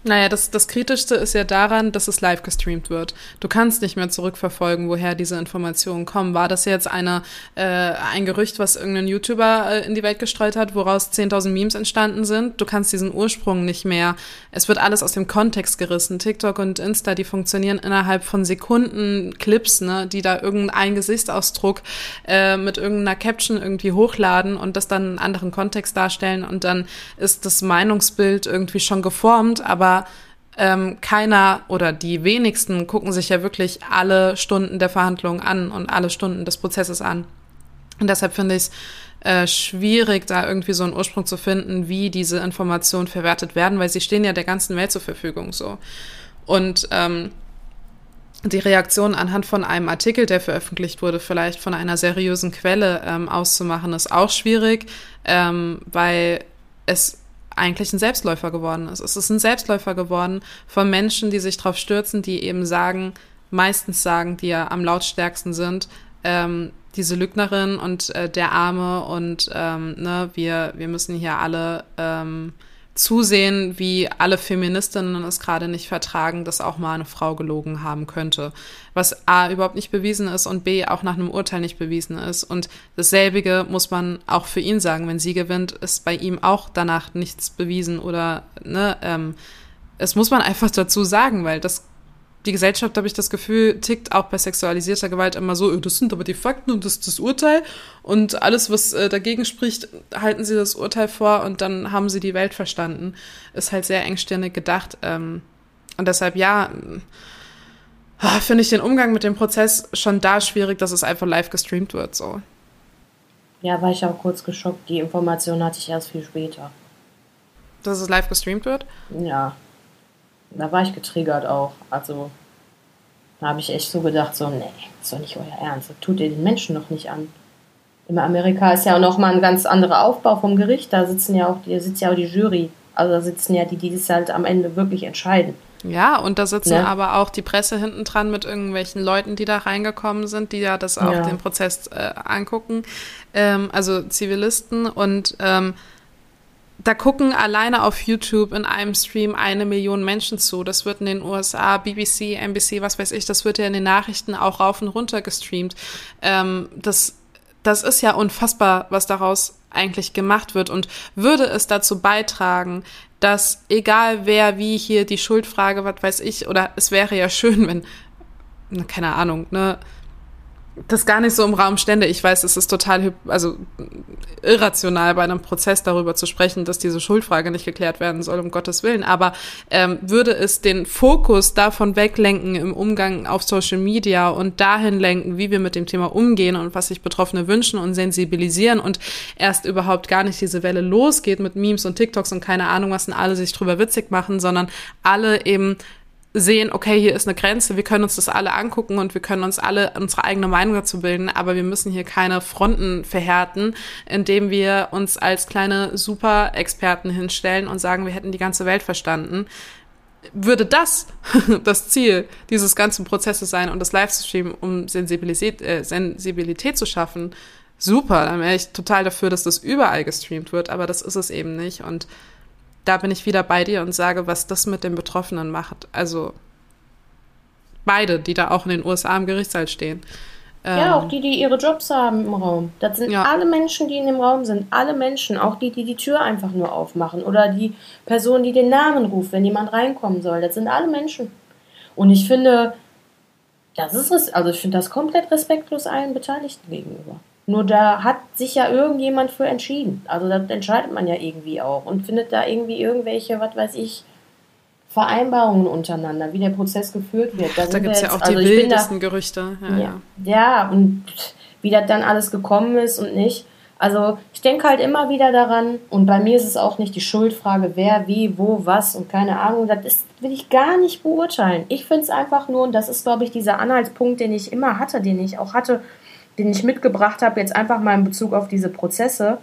Naja, das, das Kritischste ist ja daran, dass es live gestreamt wird. Du kannst nicht mehr zurückverfolgen, woher diese Informationen kommen. War das jetzt eine, äh, ein Gerücht, was irgendein YouTuber äh, in die Welt gestreut hat, woraus zehntausend Memes entstanden sind? Du kannst diesen Ursprung nicht mehr. Es wird alles aus dem Kontext gerissen. TikTok und Insta, die funktionieren innerhalb von Sekunden Clips, ne, die da irgendeinen Gesichtsausdruck äh, mit irgendeiner Caption irgendwie hochladen und das dann einen anderen Kontext darstellen und dann ist das Meinungsbild irgendwie schon geformt, aber ähm, keiner oder die wenigsten gucken sich ja wirklich alle Stunden der Verhandlungen an und alle Stunden des Prozesses an. Und deshalb finde ich es äh, schwierig, da irgendwie so einen Ursprung zu finden, wie diese Informationen verwertet werden, weil sie stehen ja der ganzen Welt zur Verfügung so. Und ähm, die Reaktion anhand von einem Artikel, der veröffentlicht wurde, vielleicht von einer seriösen Quelle ähm, auszumachen, ist auch schwierig, ähm, weil es eigentlich ein Selbstläufer geworden ist. Es ist ein Selbstläufer geworden von Menschen, die sich drauf stürzen, die eben sagen, meistens sagen, die ja am lautstärksten sind, ähm, diese Lügnerin und äh, der Arme und ähm, ne, wir, wir müssen hier alle ähm, zusehen, wie alle Feministinnen es gerade nicht vertragen, dass auch mal eine Frau gelogen haben könnte. Was A, überhaupt nicht bewiesen ist und B, auch nach einem Urteil nicht bewiesen ist. Und dasselbige muss man auch für ihn sagen. Wenn sie gewinnt, ist bei ihm auch danach nichts bewiesen oder, ne, ähm, es muss man einfach dazu sagen, weil das die Gesellschaft, habe ich das Gefühl, tickt auch bei sexualisierter Gewalt immer so, das sind aber die Fakten und das ist das Urteil und alles, was äh, dagegen spricht, halten sie das Urteil vor und dann haben sie die Welt verstanden. Ist halt sehr engstirnig gedacht. Ähm, und deshalb, ja, äh, finde ich den Umgang mit dem Prozess schon da schwierig, dass es einfach live gestreamt wird. So. Ja, war ich auch kurz geschockt. Die Information hatte ich erst viel später. Dass es live gestreamt wird? Ja. Da war ich getriggert auch. Also, da habe ich echt so gedacht, so, nee, das ist doch nicht euer Ernst. Das tut ihr den Menschen noch nicht an. In Amerika ist ja auch nochmal ein ganz anderer Aufbau vom Gericht. Da sitzen ja auch, da sitzt ja auch die Jury. Also da sitzen ja die, die das halt am Ende wirklich entscheiden. Ja, und da sitzen ne? aber auch die Presse hinten dran mit irgendwelchen Leuten, die da reingekommen sind, die ja das auch ja. den Prozess äh, angucken. Ähm, also Zivilisten und ähm, da gucken alleine auf YouTube in einem Stream eine Million Menschen zu. Das wird in den U S A, B B C, N B C, was weiß ich, das wird ja in den Nachrichten auch rauf und runter gestreamt. Ähm, das, das ist ja unfassbar, was daraus eigentlich gemacht wird. Und würde es dazu beitragen, dass egal wer wie hier die Schuldfrage, was weiß ich, oder es wäre ja schön, wenn, keine Ahnung, ne, das gar nicht so im Raum stände. Ich weiß, es ist total also irrational, bei einem Prozess darüber zu sprechen, dass diese Schuldfrage nicht geklärt werden soll, um Gottes Willen. Aber ähm, würde es den Fokus davon weglenken im Umgang auf Social Media und dahin lenken, wie wir mit dem Thema umgehen und was sich Betroffene wünschen und sensibilisieren und erst überhaupt gar nicht diese Welle losgeht mit Memes und TikToks und keine Ahnung was und alle sich drüber witzig machen, sondern alle eben sehen, okay, hier ist eine Grenze, wir können uns das alle angucken und wir können uns alle unsere eigene Meinung dazu bilden, aber wir müssen hier keine Fronten verhärten, indem wir uns als kleine Super-Experten hinstellen und sagen, wir hätten die ganze Welt verstanden. Würde das das Ziel dieses ganzen Prozesses sein und das Livestream, um Sensibilität, äh, Sensibilität zu schaffen, super, dann wäre ich total dafür, dass das überall gestreamt wird, aber das ist es eben nicht und da bin ich wieder bei dir und sage, was das mit den Betroffenen macht. Also beide, die da auch in den U S A im Gerichtssaal stehen. Ja, ähm, auch die, die ihre Jobs haben im Raum. Das sind ja. alle Menschen, die in dem Raum sind. Alle Menschen, auch die, die die Tür einfach nur aufmachen. Oder die Person, die den Namen ruft, wenn jemand reinkommen soll. Das sind alle Menschen. Und ich finde, das ist, also ich finde das komplett respektlos allen Beteiligten gegenüber. Nur da hat sich ja irgendjemand für entschieden. Also das entscheidet man ja irgendwie auch und findet da irgendwie irgendwelche, was weiß ich, Vereinbarungen untereinander, wie der Prozess geführt wird. Da, da gibt es ja auch also die wildesten da, Gerüchte. Ja, ja, ja, und wie das dann alles gekommen ist und nicht. Also ich denke halt immer wieder daran, und bei mir ist es auch nicht die Schuldfrage, wer, wie, wo, was und keine Ahnung, das ist, will ich gar nicht beurteilen. Ich finde es einfach nur, und das ist, glaube ich, dieser Anhaltspunkt, den ich immer hatte, den ich auch hatte, den ich mitgebracht habe, jetzt einfach mal in Bezug auf diese Prozesse.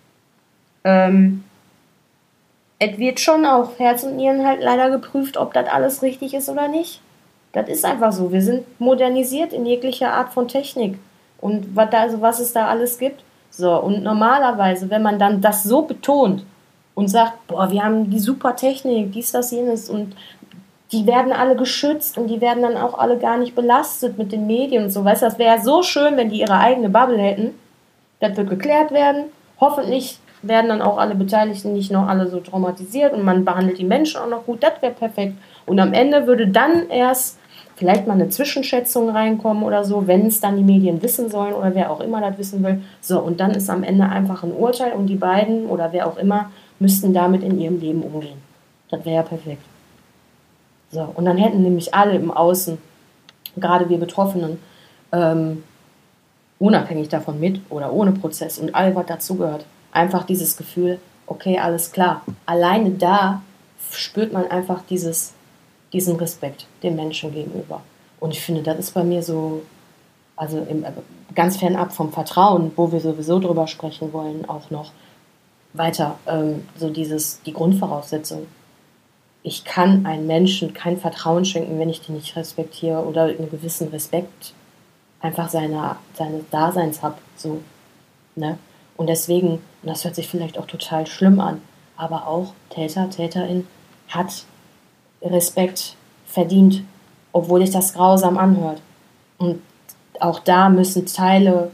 Ähm, es wird schon auf Herz und Nieren halt leider geprüft, ob das alles richtig ist oder nicht. Das ist einfach so. Wir sind modernisiert in jeglicher Art von Technik. Und was, da, also was es da alles gibt. So, und normalerweise, wenn man dann das so betont, und sagt, boah, wir haben die super Technik, dies, das, jenes und die werden alle geschützt und die werden dann auch alle gar nicht belastet mit den Medien und so. Weißt du, das wäre so schön, wenn die ihre eigene Bubble hätten. Das wird geklärt werden. Hoffentlich werden dann auch alle Beteiligten nicht noch alle so traumatisiert und man behandelt die Menschen auch noch gut. Das wäre perfekt. Und am Ende würde dann erst vielleicht mal eine Zwischenschätzung reinkommen oder so, wenn es dann die Medien wissen sollen oder wer auch immer das wissen will. So, und dann ist am Ende einfach ein Urteil und die beiden oder wer auch immer müssten damit in ihrem Leben umgehen. Das wäre ja perfekt. So, und dann hätten nämlich alle im Außen, gerade wir Betroffenen, ähm, unabhängig davon mit oder ohne Prozess und all was dazugehört, einfach dieses Gefühl, okay, alles klar. Alleine da spürt man einfach dieses diesen Respekt dem Menschen gegenüber. Und ich finde, das ist bei mir so, also im, ganz fernab vom Vertrauen, wo wir sowieso drüber sprechen wollen, auch noch weiter, ähm, so dieses, die Grundvoraussetzung. Ich kann einem Menschen kein Vertrauen schenken, wenn ich die nicht respektiere oder einen gewissen Respekt einfach seiner, seines Daseins habe, so, ne? Und deswegen, und das hört sich vielleicht auch total schlimm an, aber auch Täter, Täterin hat Respekt verdient, obwohl sich das grausam anhört. Und auch da müssen Teile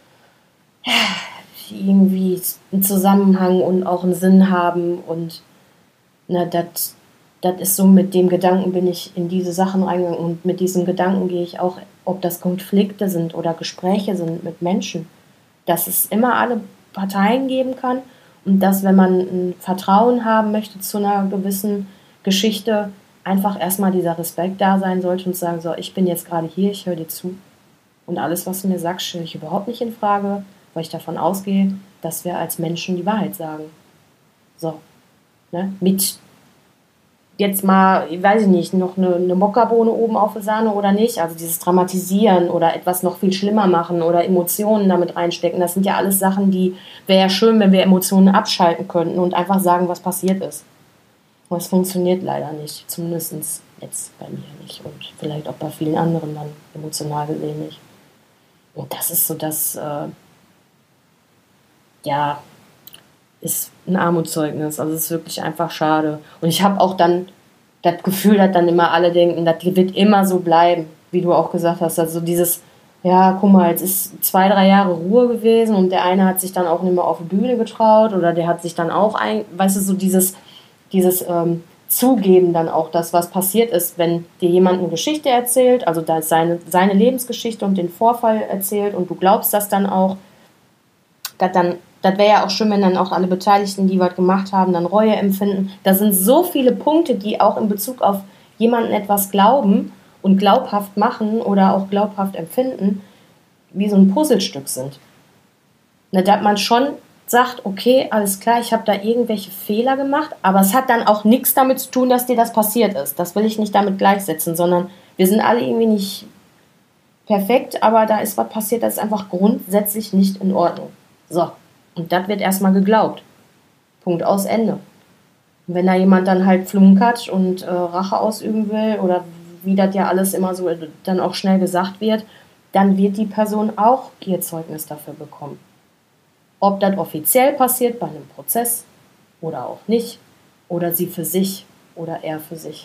irgendwie einen Zusammenhang und auch einen Sinn haben. Und na, das ist so, mit dem Gedanken bin ich in diese Sachen reingegangen. Und mit diesem Gedanken gehe ich auch, ob das Konflikte sind oder Gespräche sind mit Menschen, dass es immer alle Parteien geben kann und dass, wenn man ein Vertrauen haben möchte zu einer gewissen Geschichte, einfach erstmal dieser Respekt da sein sollte und sagen, so, ich bin jetzt gerade hier, ich höre dir zu und alles, was du mir sagst, stelle ich überhaupt nicht in Frage, weil ich davon ausgehe, dass wir als Menschen die Wahrheit sagen. So, ne? Mit jetzt mal, weiß ich nicht, noch eine, eine Mokkabohne oben auf der Sahne oder nicht, also dieses Dramatisieren oder etwas noch viel schlimmer machen oder Emotionen damit reinstecken, das sind ja alles Sachen, die, wäre ja schön, wenn wir Emotionen abschalten könnten und einfach sagen, was passiert ist. Und es funktioniert leider nicht, zumindest jetzt bei mir nicht und vielleicht auch bei vielen anderen dann emotional gesehen nicht. Und das ist so das, äh, ja, ist ein Armutszeugnis, also es ist wirklich einfach schade. Und ich habe auch dann das Gefühl, dass dann immer alle denken, das wird immer so bleiben, wie du auch gesagt hast, also dieses, ja, guck mal, jetzt ist zwei, drei Jahre Ruhe gewesen und der eine hat sich dann auch nicht mehr auf die Bühne getraut oder der hat sich dann auch, ein, weißt du, so dieses dieses ähm, Zugeben dann auch, das, was passiert ist, wenn dir jemand eine Geschichte erzählt, also da seine, seine Lebensgeschichte und den Vorfall erzählt und du glaubst das dann auch, das dann, das wäre ja auch schön, wenn dann auch alle Beteiligten, die was gemacht haben, dann Reue empfinden. Da sind so viele Punkte, die auch in Bezug auf jemanden etwas glauben und glaubhaft machen oder auch glaubhaft empfinden, wie so ein Puzzlestück sind. Ne, da hat man schon sagt, okay, alles klar, ich habe da irgendwelche Fehler gemacht, aber es hat dann auch nichts damit zu tun, dass dir das passiert ist. Das will ich nicht damit gleichsetzen, sondern wir sind alle irgendwie nicht perfekt, aber da ist was passiert, das ist einfach grundsätzlich nicht in Ordnung. So, und das wird erstmal geglaubt. Punkt, aus, Ende. Und wenn da jemand dann halt flunkert und äh, Rache ausüben will oder wie das ja alles immer so dann auch schnell gesagt wird, dann wird die Person auch ihr Zeugnis dafür bekommen. Ob das offiziell passiert bei einem Prozess oder auch nicht, oder sie für sich oder er für sich.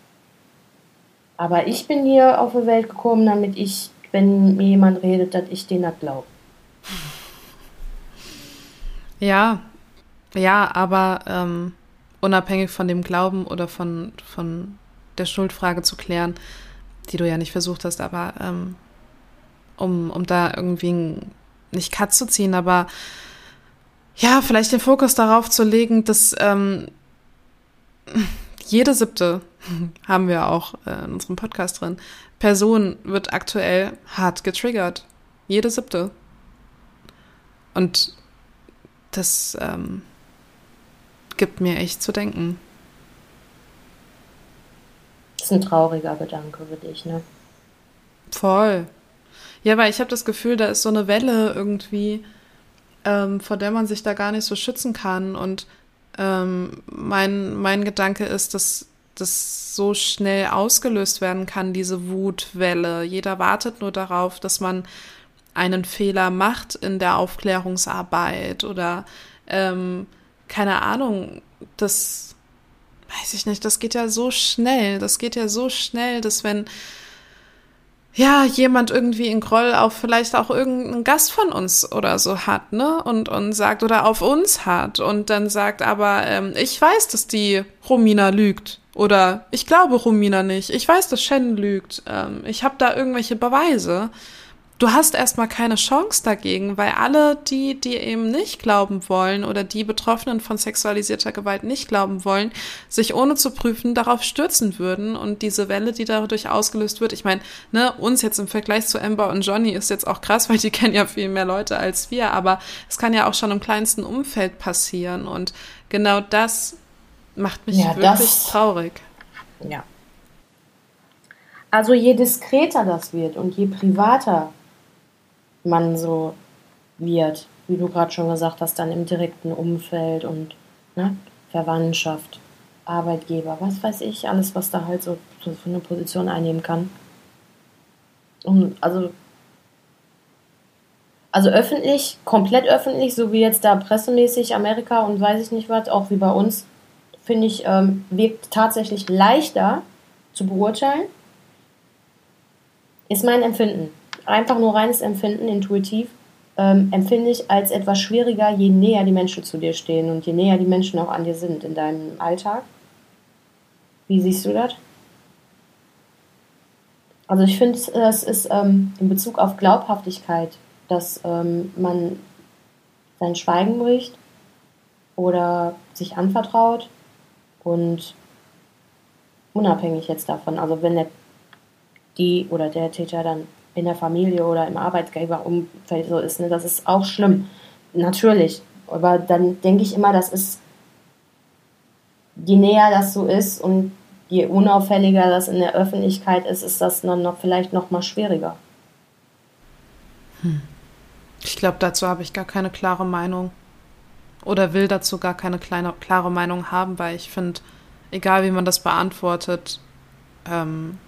Aber ich bin hier auf die Welt gekommen, damit ich, wenn mir jemand redet, dass ich den das glaube. Ja, ja, aber ähm, unabhängig von dem Glauben oder von, von der Schuldfrage zu klären, die du ja nicht versucht hast, aber ähm, um, um da irgendwie ein, nicht Cut zu ziehen, aber ja, vielleicht den Fokus darauf zu legen, dass ähm, jede siebte, haben wir auch äh, in unserem Podcast drin, Person wird aktuell hart getriggert. Jede siebte. Und das ähm, gibt mir echt zu denken. Das ist ein trauriger Gedanke für dich, ne? Voll. Ja, weil ich habe das Gefühl, da ist so eine Welle irgendwie, ähm, vor der man sich da gar nicht so schützen kann. Und ähm, mein, mein Gedanke ist, dass das so schnell ausgelöst werden kann, diese Wutwelle. Jeder wartet nur darauf, dass man einen Fehler macht in der Aufklärungsarbeit oder ähm, keine Ahnung, das, weiß ich nicht, das geht ja so schnell, das geht ja so schnell, dass wenn, ja, jemand irgendwie in Groll auf vielleicht auch irgendeinen Gast von uns oder so hat, ne, und, und sagt, oder auf uns hat und dann sagt, aber ähm, ich weiß, dass die Romina lügt oder ich glaube Romina nicht, ich weiß, dass Shannon lügt, ähm, ich habe da irgendwelche Beweise. Du hast erstmal keine Chance dagegen, weil alle, die, die eben nicht glauben wollen oder die Betroffenen von sexualisierter Gewalt nicht glauben wollen, sich ohne zu prüfen darauf stürzen würden und diese Welle, die dadurch ausgelöst wird, ich meine, ne, uns jetzt im Vergleich zu Amber und Johnny ist jetzt auch krass, weil die kennen ja viel mehr Leute als wir, aber es kann ja auch schon im kleinsten Umfeld passieren und genau das macht mich Ja, wirklich das- traurig. Ja. Also je diskreter das wird und je privater man so wird, wie du gerade schon gesagt hast, dann im direkten Umfeld und ne, Verwandtschaft, Arbeitgeber, was weiß ich, alles, was da halt so, so für eine Position einnehmen kann. Und also, also öffentlich, komplett öffentlich, so wie jetzt da pressemäßig Amerika und weiß ich nicht was, auch wie bei uns, finde ich, ähm, wirkt tatsächlich leichter zu beurteilen, ist mein Empfinden. Einfach nur reines Empfinden, intuitiv, ähm, empfinde ich als etwas schwieriger, je näher die Menschen zu dir stehen und je näher die Menschen auch an dir sind in deinem Alltag. Wie siehst du das? Also ich finde, es ist ähm, in Bezug auf Glaubhaftigkeit, dass ähm, man sein Schweigen bricht oder sich anvertraut und unabhängig jetzt davon, also wenn der, die oder der Täter dann in der Familie oder im Arbeitgeberumfeld so ist, ne, das ist auch schlimm, natürlich, aber dann denke ich immer, das ist, je näher das so ist und je unauffälliger das in der Öffentlichkeit ist, ist das dann noch vielleicht noch mal schwieriger. Ich glaube, dazu habe ich gar keine klare Meinung oder will dazu gar keine kleine, klare Meinung haben, weil ich finde, egal wie man das beantwortet, ähm,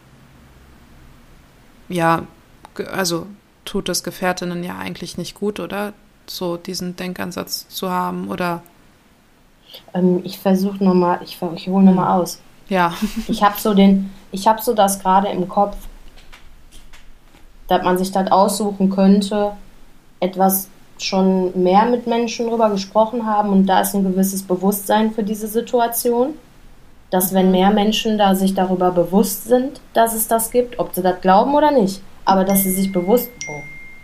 ja, ge- also tut es Gefährtinnen ja eigentlich nicht gut, oder? So diesen Denkansatz zu haben oder Ähm, ich versuche nochmal, ich, ver- ich hole nochmal aus. ja, Ich habe so den, ich habe so das gerade im Kopf, dass man sich das aussuchen könnte, etwas schon mehr mit Menschen drüber gesprochen haben und da ist ein gewisses Bewusstsein für diese Situation, dass wenn mehr Menschen da sich darüber bewusst sind, dass es das gibt, ob sie das glauben oder nicht, aber dass sie sich bewusst... Oh.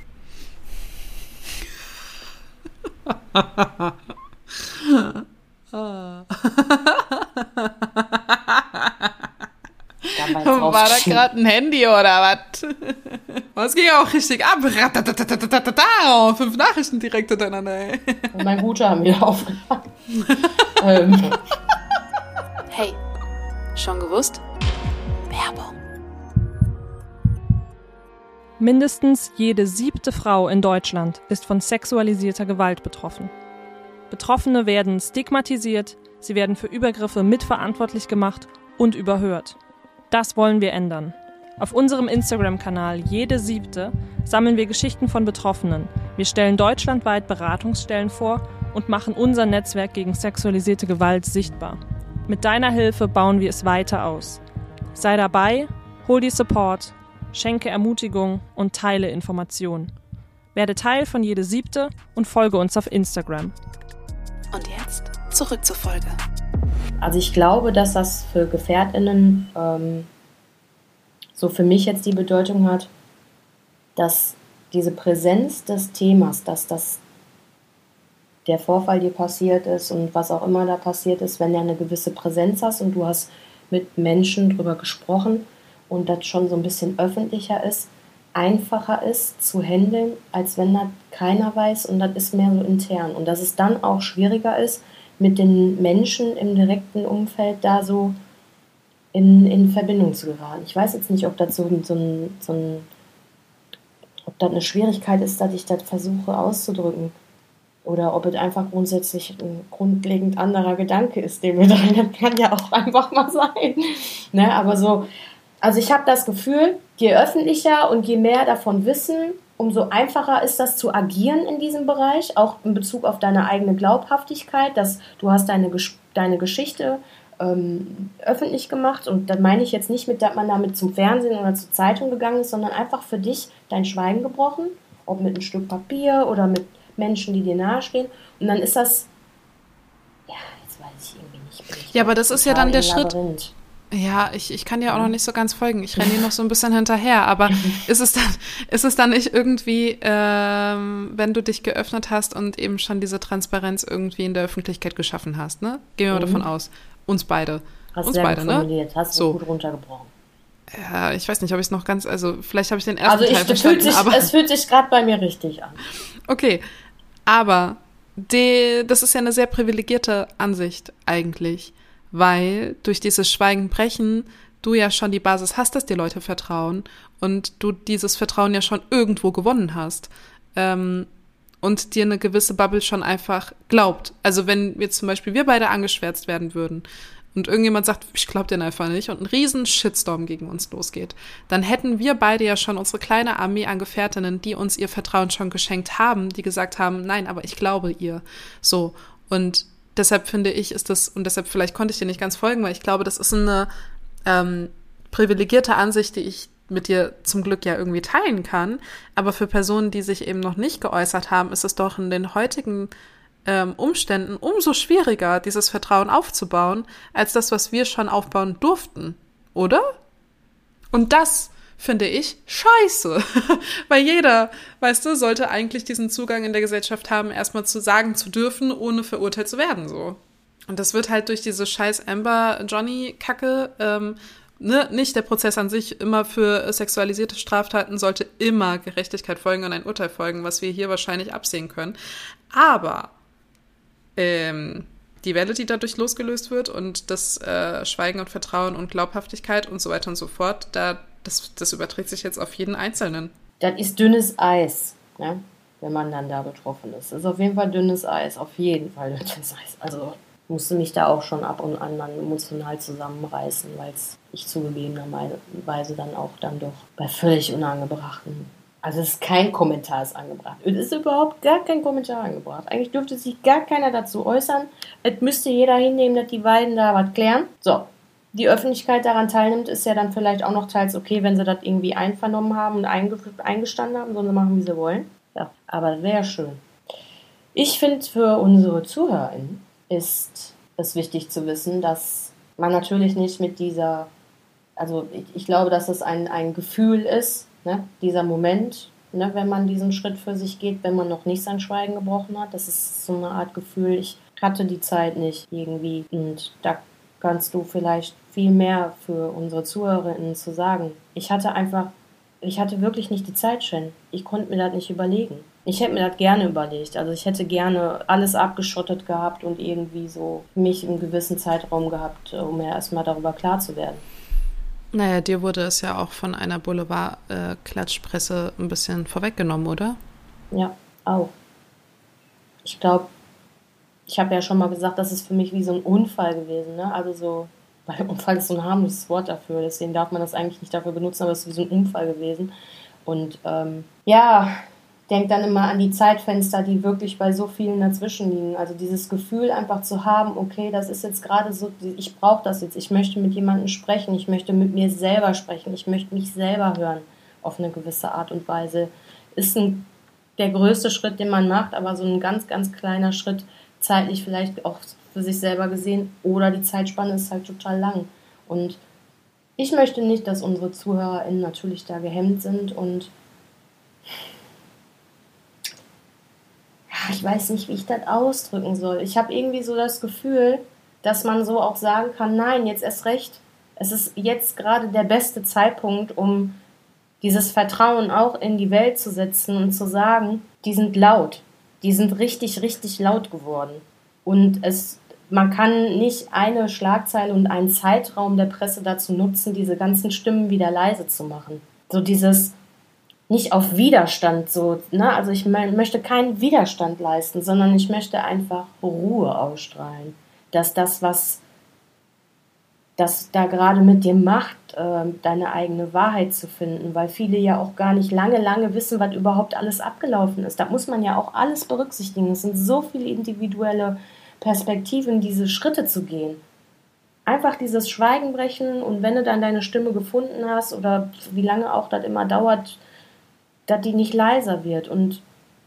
Da war jetzt war da rausgeschnitten. gerade ein Handy oder was? Was ging auch richtig ab? Ratatatatata. Fünf Nachrichten direkt hintereinander, ey. Und mein Router haben wieder aufgehört. ähm, Hey, schon gewusst? Werbung. Mindestens jede siebte Frau in Deutschland ist von sexualisierter Gewalt betroffen. Betroffene werden stigmatisiert, sie werden für Übergriffe mitverantwortlich gemacht und überhört. Das wollen wir ändern. Auf unserem Instagram-Kanal Jede Siebte sammeln wir Geschichten von Betroffenen. Wir stellen deutschlandweit Beratungsstellen vor und machen unser Netzwerk gegen sexualisierte Gewalt sichtbar. Mit deiner Hilfe bauen wir es weiter aus. Sei dabei, hol dir Support, schenke Ermutigung und teile Informationen. Werde Teil von Jede Siebte und folge uns auf Instagram. Und jetzt zurück zur Folge. Also ich glaube, dass das für GefährtInnen ähm, so für mich jetzt die Bedeutung hat, dass diese Präsenz des Themas, dass das der Vorfall dir passiert ist und was auch immer da passiert ist, wenn du eine gewisse Präsenz hast und du hast mit Menschen drüber gesprochen und das schon so ein bisschen öffentlicher ist, einfacher ist zu handeln, als wenn das keiner weiß und das ist mehr so intern. Und dass es dann auch schwieriger ist, mit den Menschen im direkten Umfeld da so in, in Verbindung zu geraten. Ich weiß jetzt nicht, ob das so, so, ein, so ein, ob das eine Schwierigkeit ist, dass ich das versuche auszudrücken. Oder ob es einfach grundsätzlich ein grundlegend anderer Gedanke ist, den wir drin haben. Das kann ja auch einfach mal sein. Ne? Aber so, also ich habe das Gefühl, je öffentlicher und je mehr davon wissen umso einfacher ist das zu agieren in diesem Bereich, auch in Bezug auf deine eigene Glaubhaftigkeit, dass du hast deine, deine Geschichte ähm, öffentlich gemacht und da meine ich jetzt nicht mit, dass man damit zum Fernsehen oder zur Zeitung gegangen ist, sondern einfach für dich dein Schweigen gebrochen, ob mit einem Stück Papier oder mit Menschen, die dir nahestehen und dann ist das, ja, jetzt weiß ich irgendwie nicht. Ja, aber das ist ja dann der Schritt. Labyrinth. Ja, ich, ich kann ja auch noch nicht so ganz folgen. Ich renne dir noch so ein bisschen hinterher. Aber ist es dann, ist es dann nicht irgendwie, ähm, wenn du dich geöffnet hast und eben schon diese Transparenz irgendwie in der Öffentlichkeit geschaffen hast, ne? Gehen wir mal mhm. davon aus. Uns beide. Hast Uns sehr beide, gut formuliert. ne? Hast du so. gut runtergebrochen. Ja, ich weiß nicht, ob ich es noch ganz, also vielleicht habe ich den ersten also ich, Teil verstanden. Fühlt sich, aber es fühlt sich gerade bei mir richtig an. Okay, aber die, das ist ja eine sehr privilegierte Ansicht eigentlich. Weil durch dieses Schweigen brechen du ja schon die Basis hast, dass dir Leute vertrauen und du dieses Vertrauen ja schon irgendwo gewonnen hast ähm, und dir eine gewisse Bubble schon einfach glaubt. Also wenn jetzt zum Beispiel wir beide angeschwärzt werden würden und irgendjemand sagt, ich glaub dir einfach nicht und ein riesen Shitstorm gegen uns losgeht, dann hätten wir beide ja schon unsere kleine Armee an Gefährtinnen, die uns ihr Vertrauen schon geschenkt haben, die gesagt haben, nein, aber ich glaube ihr. So, und deshalb finde ich, ist das, und deshalb vielleicht konnte ich dir nicht ganz folgen, weil ich glaube, das ist eine ähm, privilegierte Ansicht, die ich mit dir zum Glück ja irgendwie teilen kann. Aber für Personen, die sich eben noch nicht geäußert haben, ist es doch in den heutigen ähm, Umständen umso schwieriger, dieses Vertrauen aufzubauen, als das, was wir schon aufbauen durften. Oder? Und das finde ich scheiße. Weil jeder, weißt du, sollte eigentlich diesen Zugang in der Gesellschaft haben, erstmal zu sagen zu dürfen, ohne verurteilt zu werden, so. Und das wird halt durch diese scheiß Amber-Johnny-Kacke, ähm, ne, nicht der Prozess an sich, immer für sexualisierte Straftaten sollte immer Gerechtigkeit folgen und ein Urteil folgen, was wir hier wahrscheinlich absehen können. Aber ähm, die Welle, die dadurch losgelöst wird und das äh, Schweigen und Vertrauen und Glaubhaftigkeit und so weiter und so fort, da Das, das überträgt sich jetzt auf jeden Einzelnen. Das ist dünnes Eis, ne? Wenn man dann da betroffen ist. Das ist auf jeden Fall dünnes Eis, auf jeden Fall dünnes Eis. Also musste mich da auch schon ab und an dann emotional zusammenreißen, weil ich zugegebenerweise dann auch dann doch bei völlig unangebrachten, also es ist kein Kommentar ist angebracht. Es ist überhaupt gar kein Kommentar angebracht. Eigentlich dürfte sich gar keiner dazu äußern. Es müsste jeder hinnehmen, dass die beiden da was klären. So. Die Öffentlichkeit daran teilnimmt, ist ja dann vielleicht auch noch teils okay, wenn sie das irgendwie einvernommen haben und eingestanden haben, sollen sie machen, wie sie wollen. Ja, aber das wäre schön. Ich finde, für unsere ZuhörerInnen ist es wichtig zu wissen, dass man natürlich nicht mit dieser, also ich, ich glaube, dass es ein, ein Gefühl ist, ne, dieser Moment, ne, wenn man diesen Schritt für sich geht, wenn man noch nicht sein Schweigen gebrochen hat. Das ist so eine Art Gefühl, ich hatte die Zeit nicht irgendwie und da kannst du vielleicht viel mehr für unsere ZuhörerInnen zu sagen. Ich hatte einfach, ich hatte wirklich nicht die Zeit, Shen. Ich konnte mir das nicht überlegen. Ich hätte mir das gerne überlegt. Also ich hätte gerne alles abgeschottet gehabt und irgendwie so mich einen gewissen Zeitraum gehabt, um mir erstmal darüber klar zu werden. Naja, dir wurde es ja auch von einer Boulevard-Klatschpresse ein bisschen vorweggenommen, oder? Ja, auch. Ich glaube, ich habe ja schon mal gesagt, das ist für mich wie so ein Unfall gewesen, ne? Also so, weil Unfall ist so ein harmloses Wort dafür, deswegen darf man das eigentlich nicht dafür benutzen, aber es ist wie so ein Unfall gewesen. Und ähm, ja, denk dann immer an die Zeitfenster, die wirklich bei so vielen dazwischen liegen. Also dieses Gefühl einfach zu haben, okay, das ist jetzt gerade so, ich brauche das jetzt, ich möchte mit jemandem sprechen, ich möchte mit mir selber sprechen, ich möchte mich selber hören auf eine gewisse Art und Weise. Ist ein, der größte Schritt, den man macht, aber so ein ganz, ganz kleiner Schritt, zeitlich vielleicht auch für sich selber gesehen, oder die Zeitspanne ist halt total lang. Und ich möchte nicht, dass unsere ZuhörerInnen natürlich da gehemmt sind und ich weiß nicht, wie ich das ausdrücken soll. Ich habe irgendwie so das Gefühl, dass man so auch sagen kann, nein, jetzt erst recht. Es ist jetzt gerade der beste Zeitpunkt, um dieses Vertrauen auch in die Welt zu setzen und zu sagen, die sind laut. Die sind richtig, richtig laut geworden. Und es, man kann nicht eine Schlagzeile und einen Zeitraum der Presse dazu nutzen, diese ganzen Stimmen wieder leise zu machen. So dieses nicht auf Widerstand, so, ne? Also ich möchte keinen Widerstand leisten, sondern ich möchte einfach Ruhe ausstrahlen. Dass das, was das da gerade mit dir macht, äh, deine eigene Wahrheit zu finden, weil viele ja auch gar nicht lange, lange wissen, was überhaupt alles abgelaufen ist. Da muss man ja auch alles berücksichtigen. Es sind so viele individuelle Perspektiven, diese Schritte zu gehen. Einfach dieses Schweigen brechen und wenn du dann deine Stimme gefunden hast oder wie lange auch das immer dauert, dass die nicht leiser wird. Und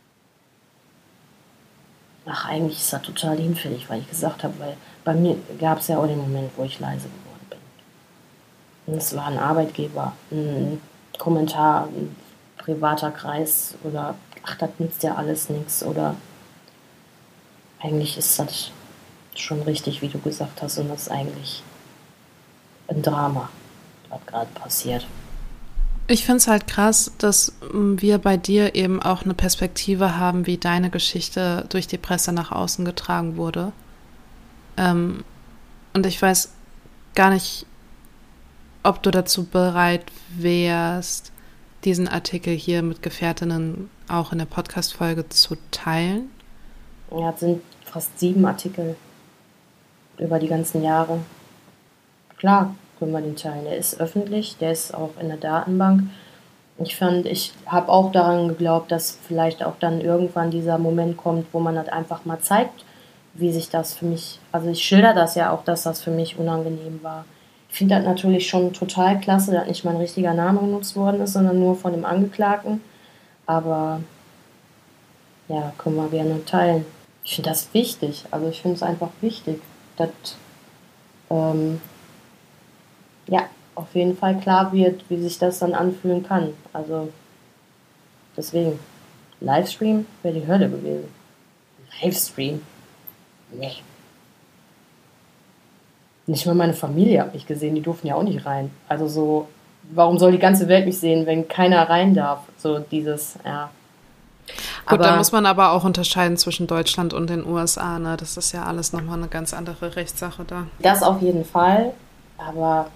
ach, eigentlich ist das total hinfällig, weil ich gesagt habe, weil bei mir gab es ja auch den Moment, wo ich leise geworden bin. Und es war ein Arbeitgeber, ein Kommentar, ein privater Kreis oder ach, das nützt ja alles nichts oder eigentlich ist das schon richtig, wie du gesagt hast, und das ist eigentlich ein Drama, was gerade passiert. Ich finde es halt krass, dass wir bei dir eben auch eine Perspektive haben, wie deine Geschichte durch die Presse nach außen getragen wurde. Ähm, und ich weiß gar nicht, ob du dazu bereit wärst, diesen Artikel hier mit Gefährtinnen auch in der Podcast-Folge zu teilen. Ja, es sind fast sieben Artikel über die ganzen Jahre. Klar können wir den teilen. Der ist öffentlich, der ist auch in der Datenbank. Ich fand, ich habe auch daran geglaubt, dass vielleicht auch dann irgendwann dieser Moment kommt, wo man das einfach mal zeigt, wie sich das für mich, also ich schilder das ja auch, dass das für mich unangenehm war. Ich finde das natürlich schon total klasse, dass nicht mein richtiger Name genutzt worden ist, sondern nur von dem Angeklagten. Aber ja, können wir gerne teilen. Ich finde das wichtig, also ich finde es einfach wichtig, dass ähm, ja, auf jeden Fall klar wird, wie sich das dann anfühlen kann. Also deswegen, Livestream wäre die Hölle gewesen. Livestream? Nee. Nicht mal meine Familie hat mich gesehen, die durften ja auch nicht rein. Also so, warum soll die ganze Welt mich sehen, wenn keiner rein darf? So dieses, ja. Gut, aber da muss man aber auch unterscheiden zwischen Deutschland und den U S A, ne? Das ist ja alles nochmal eine ganz andere Rechtssache da. Das auf jeden Fall, aber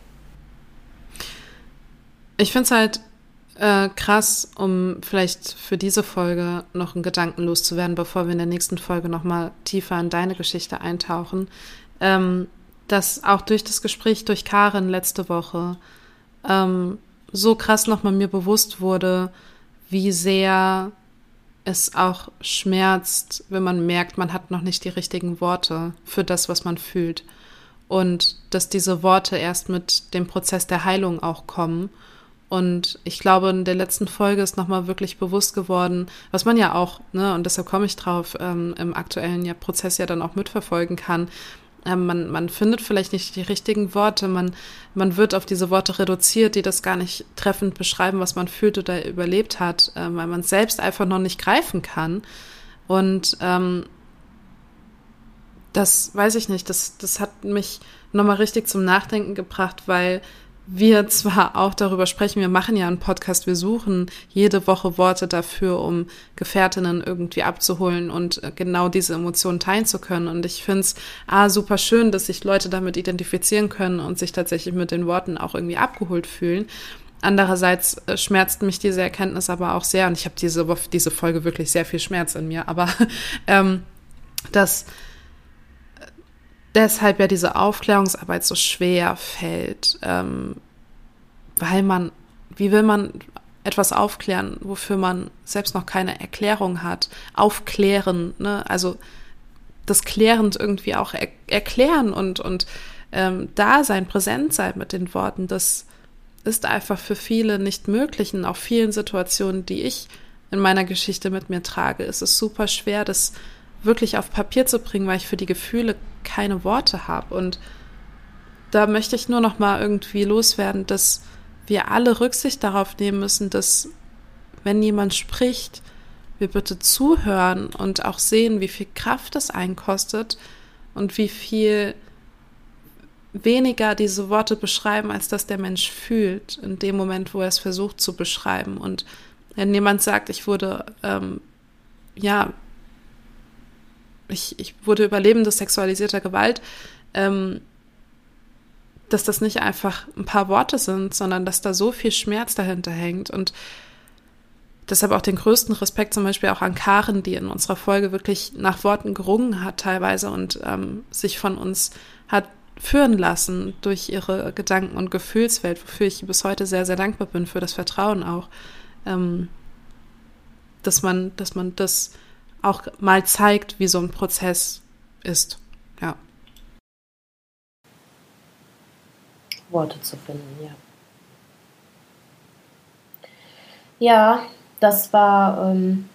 ich finde es halt äh, krass, um vielleicht für diese Folge noch einen Gedanken loszuwerden, bevor wir in der nächsten Folge nochmal tiefer in deine Geschichte eintauchen, ähm, dass auch durch das Gespräch durch Karin letzte Woche ähm, so krass nochmal mir bewusst wurde, wie sehr es auch schmerzt, wenn man merkt, man hat noch nicht die richtigen Worte für das, was man fühlt. Und dass diese Worte erst mit dem Prozess der Heilung auch kommen. Und ich glaube, in der letzten Folge ist nochmal wirklich bewusst geworden, was man ja auch, ne, und deshalb komme ich drauf, ähm, im aktuellen ja Prozess ja dann auch mitverfolgen kann. Ähm, man, man findet vielleicht nicht die richtigen Worte, man, man wird auf diese Worte reduziert, die das gar nicht treffend beschreiben, was man fühlt oder überlebt hat, äh, weil man es selbst einfach noch nicht greifen kann. Und ähm, das weiß ich nicht, das, das hat mich nochmal richtig zum Nachdenken gebracht, weil wir zwar auch darüber sprechen, wir machen ja einen Podcast, wir suchen jede Woche Worte dafür, um Gefährtinnen irgendwie abzuholen und genau diese Emotionen teilen zu können. Und ich finde es ah, super schön, dass sich Leute damit identifizieren können und sich tatsächlich mit den Worten auch irgendwie abgeholt fühlen. Andererseits schmerzt mich diese Erkenntnis aber auch sehr, und ich habe diese, diese Folge wirklich sehr viel Schmerz in mir, aber ähm, dass deshalb ja diese Aufklärungsarbeit so schwer fällt, ähm, weil man, wie will man etwas aufklären, wofür man selbst noch keine Erklärung hat, aufklären, ne? Also das klärend irgendwie auch er- erklären und, und ähm, da sein, präsent sein mit den Worten, das ist einfach für viele nicht möglich. In auch vielen Situationen, die ich in meiner Geschichte mit mir trage, ist es super schwer, das wirklich auf Papier zu bringen, weil ich für die Gefühle keine Worte habe. Und da möchte ich nur noch mal irgendwie loswerden, dass wir alle Rücksicht darauf nehmen müssen, dass, wenn jemand spricht, wir bitte zuhören und auch sehen, wie viel Kraft es einkostet und wie viel weniger diese Worte beschreiben, als dass der Mensch fühlt, in dem Moment, wo er es versucht zu beschreiben. Und wenn jemand sagt, ich wurde, ähm, ja, Ich, ich wurde Überlebende sexualisierter Gewalt, ähm, dass das nicht einfach ein paar Worte sind, sondern dass da so viel Schmerz dahinter hängt. Und deshalb auch den größten Respekt zum Beispiel auch an Karin, die in unserer Folge wirklich nach Worten gerungen hat teilweise und ähm, sich von uns hat führen lassen durch ihre Gedanken- und Gefühlswelt, wofür ich bis heute sehr, sehr dankbar bin, für das Vertrauen auch, ähm, dass man, dass man das auch mal zeigt, wie so ein Prozess ist. Ja. Worte zu finden, ja. Ja, das war, ähm,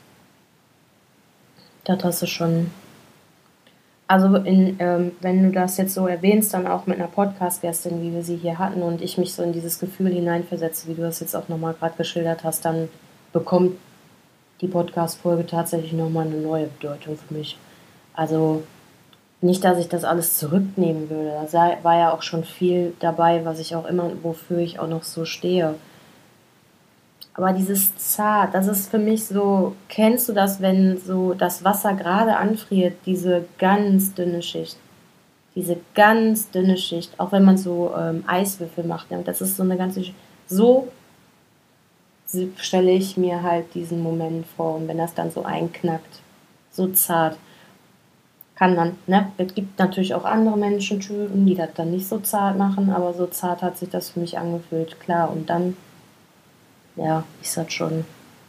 das hast du schon, also in, ähm, wenn du das jetzt so erwähnst, dann auch mit einer Podcast-Gästin, wie wir sie hier hatten und ich mich so in dieses Gefühl hineinversetze, wie du das jetzt auch nochmal gerade geschildert hast, dann bekommt die Podcast-Folge tatsächlich nochmal eine neue Bedeutung für mich. Also nicht, dass ich das alles zurücknehmen würde, da war ja auch schon viel dabei, was ich auch immer, wofür ich auch noch so stehe. Aber dieses zart, das ist für mich so, kennst du das, wenn so das Wasser gerade anfriert, diese ganz dünne Schicht, diese ganz dünne Schicht, auch wenn man so ähm, Eiswürfel macht, ja, das ist so eine ganze Schicht, so stelle ich mir halt diesen Moment vor und wenn das dann so einknackt, so zart, kann man, ne, es gibt natürlich auch andere Menschentypen, die das dann nicht so zart machen, aber so zart hat sich das für mich angefühlt, klar, und dann ja, ist das schon.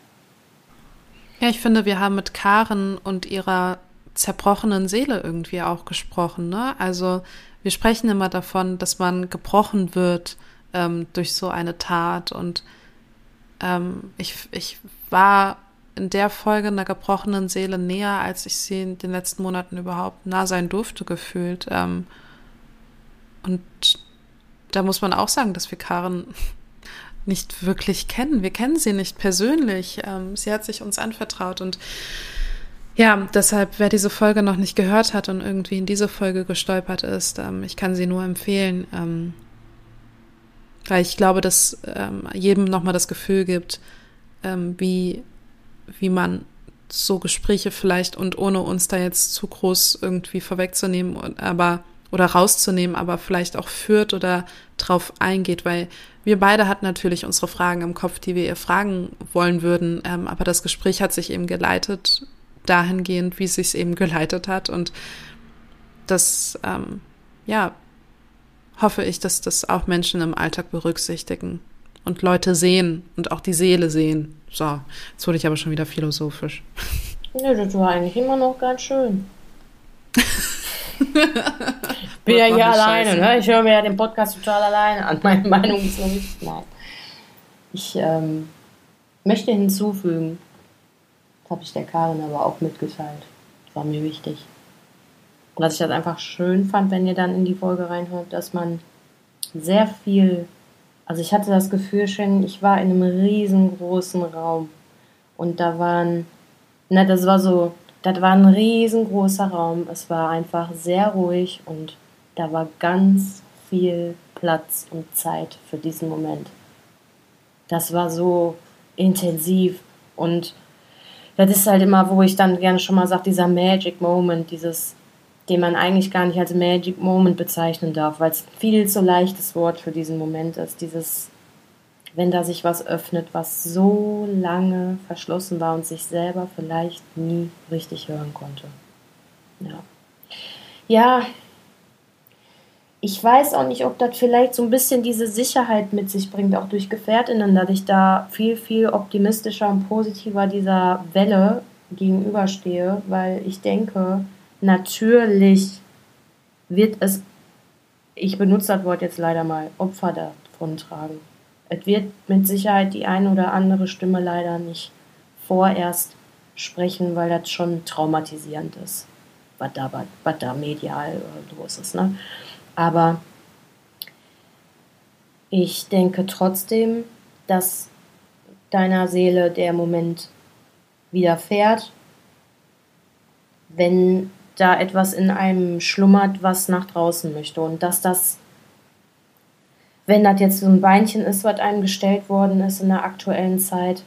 Ja, ich finde, wir haben mit Karen und ihrer zerbrochenen Seele irgendwie auch gesprochen, ne? Also wir sprechen immer davon, dass man gebrochen wird ähm, durch so eine Tat und ähm, ich, ich war in der Folge einer gebrochenen Seele näher, als ich sie in den letzten Monaten überhaupt nah sein durfte, gefühlt. Ähm, und da muss man auch sagen, dass wir Karen nicht wirklich kennen. Wir kennen sie nicht persönlich. Ähm, sie hat sich uns anvertraut und ja, deshalb, wer diese Folge noch nicht gehört hat und irgendwie in diese Folge gestolpert ist, ähm, ich kann sie nur empfehlen, ähm, weil ich glaube, dass ähm, jedem nochmal das Gefühl gibt, ähm, wie, wie man so Gespräche vielleicht und ohne uns da jetzt zu groß irgendwie vorwegzunehmen, aber oder rauszunehmen, aber vielleicht auch führt oder drauf eingeht, weil wir beide hatten natürlich unsere Fragen im Kopf, die wir ihr fragen wollen würden, ähm, aber das Gespräch hat sich eben geleitet dahingehend, wie es sich eben geleitet hat und das, ähm, ja, hoffe ich, dass das auch Menschen im Alltag berücksichtigen und Leute sehen und auch die Seele sehen. So, jetzt wurde ich aber schon wieder philosophisch. Nö, das war eigentlich immer noch ganz schön. Ich bin ja hier alleine, ne? Ich höre mir ja den Podcast total alleine an. Meine Meinung ist noch nicht. Nein. Ich ähm, möchte hinzufügen, das habe ich der Karin aber auch mitgeteilt. Das war mir wichtig. Und dass ich das einfach schön fand, wenn ihr dann in die Folge reinhört, dass man sehr viel, also ich hatte das Gefühl schon, ich war in einem riesengroßen Raum und da waren, ne, das war so, das war ein riesengroßer Raum, es war einfach sehr ruhig und da war ganz viel Platz und Zeit für diesen Moment. Das war so intensiv und das ist halt immer, wo ich dann gerne schon mal sage, dieser Magic Moment, dieses, den man eigentlich gar nicht als Magic Moment bezeichnen darf, weil es viel zu leichtes Wort für diesen Moment ist, dieses, wenn da sich was öffnet, was so lange verschlossen war und sich selber vielleicht nie richtig hören konnte. Ja. Ja, ich weiß auch nicht, ob das vielleicht so ein bisschen diese Sicherheit mit sich bringt, auch durch GefährtInnen, dass ich da viel, viel optimistischer und positiver dieser Welle gegenüberstehe, weil ich denke, natürlich wird es, ich benutze das Wort jetzt leider mal, Opfer davon tragen. Es wird mit Sicherheit die eine oder andere Stimme leider nicht vorerst sprechen, weil das schon traumatisierend ist, was da, was, was da medial los ist, ne? Aber ich denke trotzdem, dass deiner Seele der Moment widerfährt, wenn da etwas in einem schlummert, was nach draußen möchte. Und dass das, wenn das jetzt so ein Beinchen ist, was einem gestellt worden ist in der aktuellen Zeit,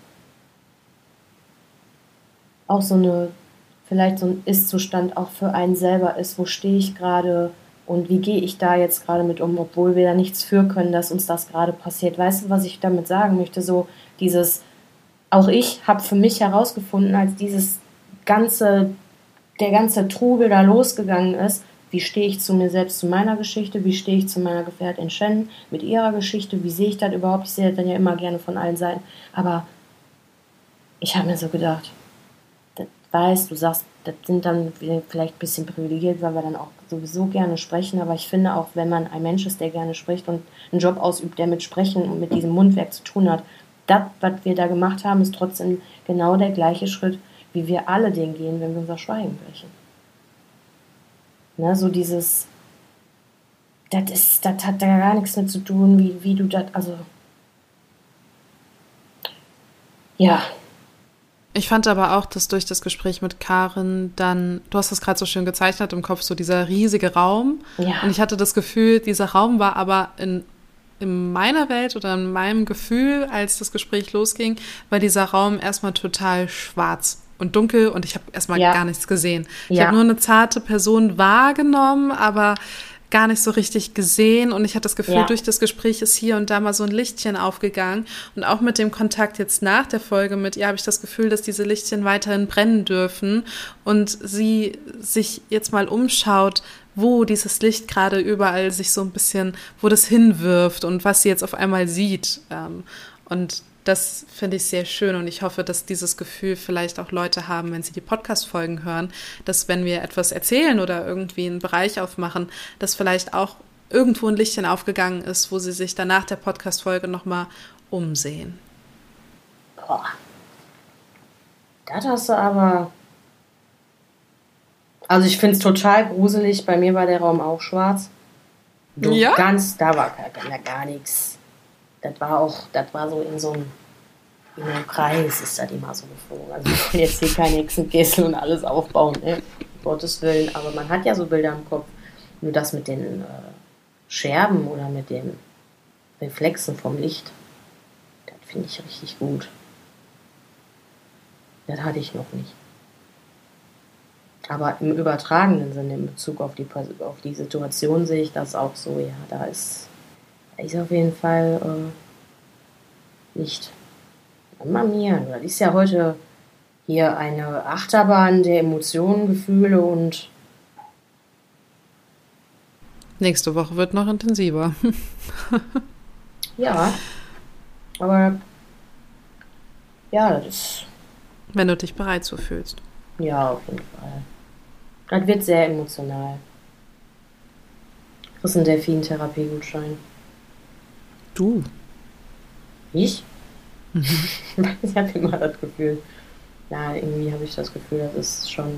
auch so eine, vielleicht so ein Ist-Zustand auch für einen selber ist, wo stehe ich gerade und wie gehe ich da jetzt gerade mit um, obwohl wir da nichts für können, dass uns das gerade passiert. Weißt du, was ich damit sagen möchte? So dieses, auch ich habe für mich herausgefunden, als dieses ganze, der ganze Trubel da losgegangen ist, wie stehe ich zu mir selbst, zu meiner Geschichte, wie stehe ich zu meiner Gefährtin Shen mit ihrer Geschichte, wie sehe ich das überhaupt, ich sehe das dann ja immer gerne von allen Seiten, aber ich habe mir so gedacht, das weißt du, sagst, das sind dann vielleicht ein bisschen privilegiert, weil wir dann auch sowieso gerne sprechen, aber ich finde auch, wenn man ein Mensch ist, der gerne spricht und einen Job ausübt, der mit Sprechen und mit diesem Mundwerk zu tun hat, das, was wir da gemacht haben, ist trotzdem genau der gleiche Schritt, wie wir alle den gehen, wenn wir unser Schweigen brechen. Ne, so dieses, das ist, das hat da gar nichts mit zu tun, wie, wie du das, also, ja. Ich fand aber auch, dass durch das Gespräch mit Karin dann, du hast das gerade so schön gezeichnet im Kopf, so dieser riesige Raum. Ja. Und ich hatte das Gefühl, dieser Raum war aber in, in meiner Welt oder in meinem Gefühl, als das Gespräch losging, war dieser Raum erstmal total schwarz und dunkel und ich habe erstmal Ja. gar nichts gesehen. Ich Ja. habe nur eine zarte Person wahrgenommen, aber gar nicht so richtig gesehen und ich hatte das Gefühl, Ja. durch das Gespräch ist hier und da mal so ein Lichtchen aufgegangen und auch mit dem Kontakt jetzt nach der Folge mit ihr habe ich das Gefühl, dass diese Lichtchen weiterhin brennen dürfen und sie sich jetzt mal umschaut, wo dieses Licht gerade überall sich so ein bisschen, wo das hinwirft und was sie jetzt auf einmal sieht. Und das finde ich sehr schön und ich hoffe, dass dieses Gefühl vielleicht auch Leute haben, wenn sie die Podcast-Folgen hören, dass wenn wir etwas erzählen oder irgendwie einen Bereich aufmachen, dass vielleicht auch irgendwo ein Lichtchen aufgegangen ist, wo sie sich dann nach der Podcast-Folge nochmal umsehen. Boah. Das hast du aber... Also ich finde es total gruselig, bei mir war der Raum auch schwarz. So Ja? Ganz, da war gar, gar nichts. Das war auch, das war so in so einem, in einem Kreis ist das immer so geflogen. Also wir wollen jetzt hier keine Hexenkessel und alles aufbauen, ne? Um Gottes Willen. Aber man hat ja so Bilder im Kopf. Nur das mit den äh, Scherben oder mit den Reflexen vom Licht, das finde ich richtig gut. Das hatte ich noch nicht. Aber im übertragenen Sinne, in Bezug auf die, auf die Situation, sehe ich das auch so, ja, da ist, da ist auf jeden Fall äh, Licht. Mamma mia, das ist ja heute hier eine Achterbahn der Emotionen, Gefühle und... Nächste Woche wird noch intensiver. Ja, aber ja, das ist... Wenn du dich bereit so fühlst. Ja, auf jeden Fall. Das wird sehr emotional. Was ist ein Delfin-Therapie-Gutschein? Du. Ich? Ich habe immer das Gefühl, ja, irgendwie habe ich das Gefühl, das ist schon,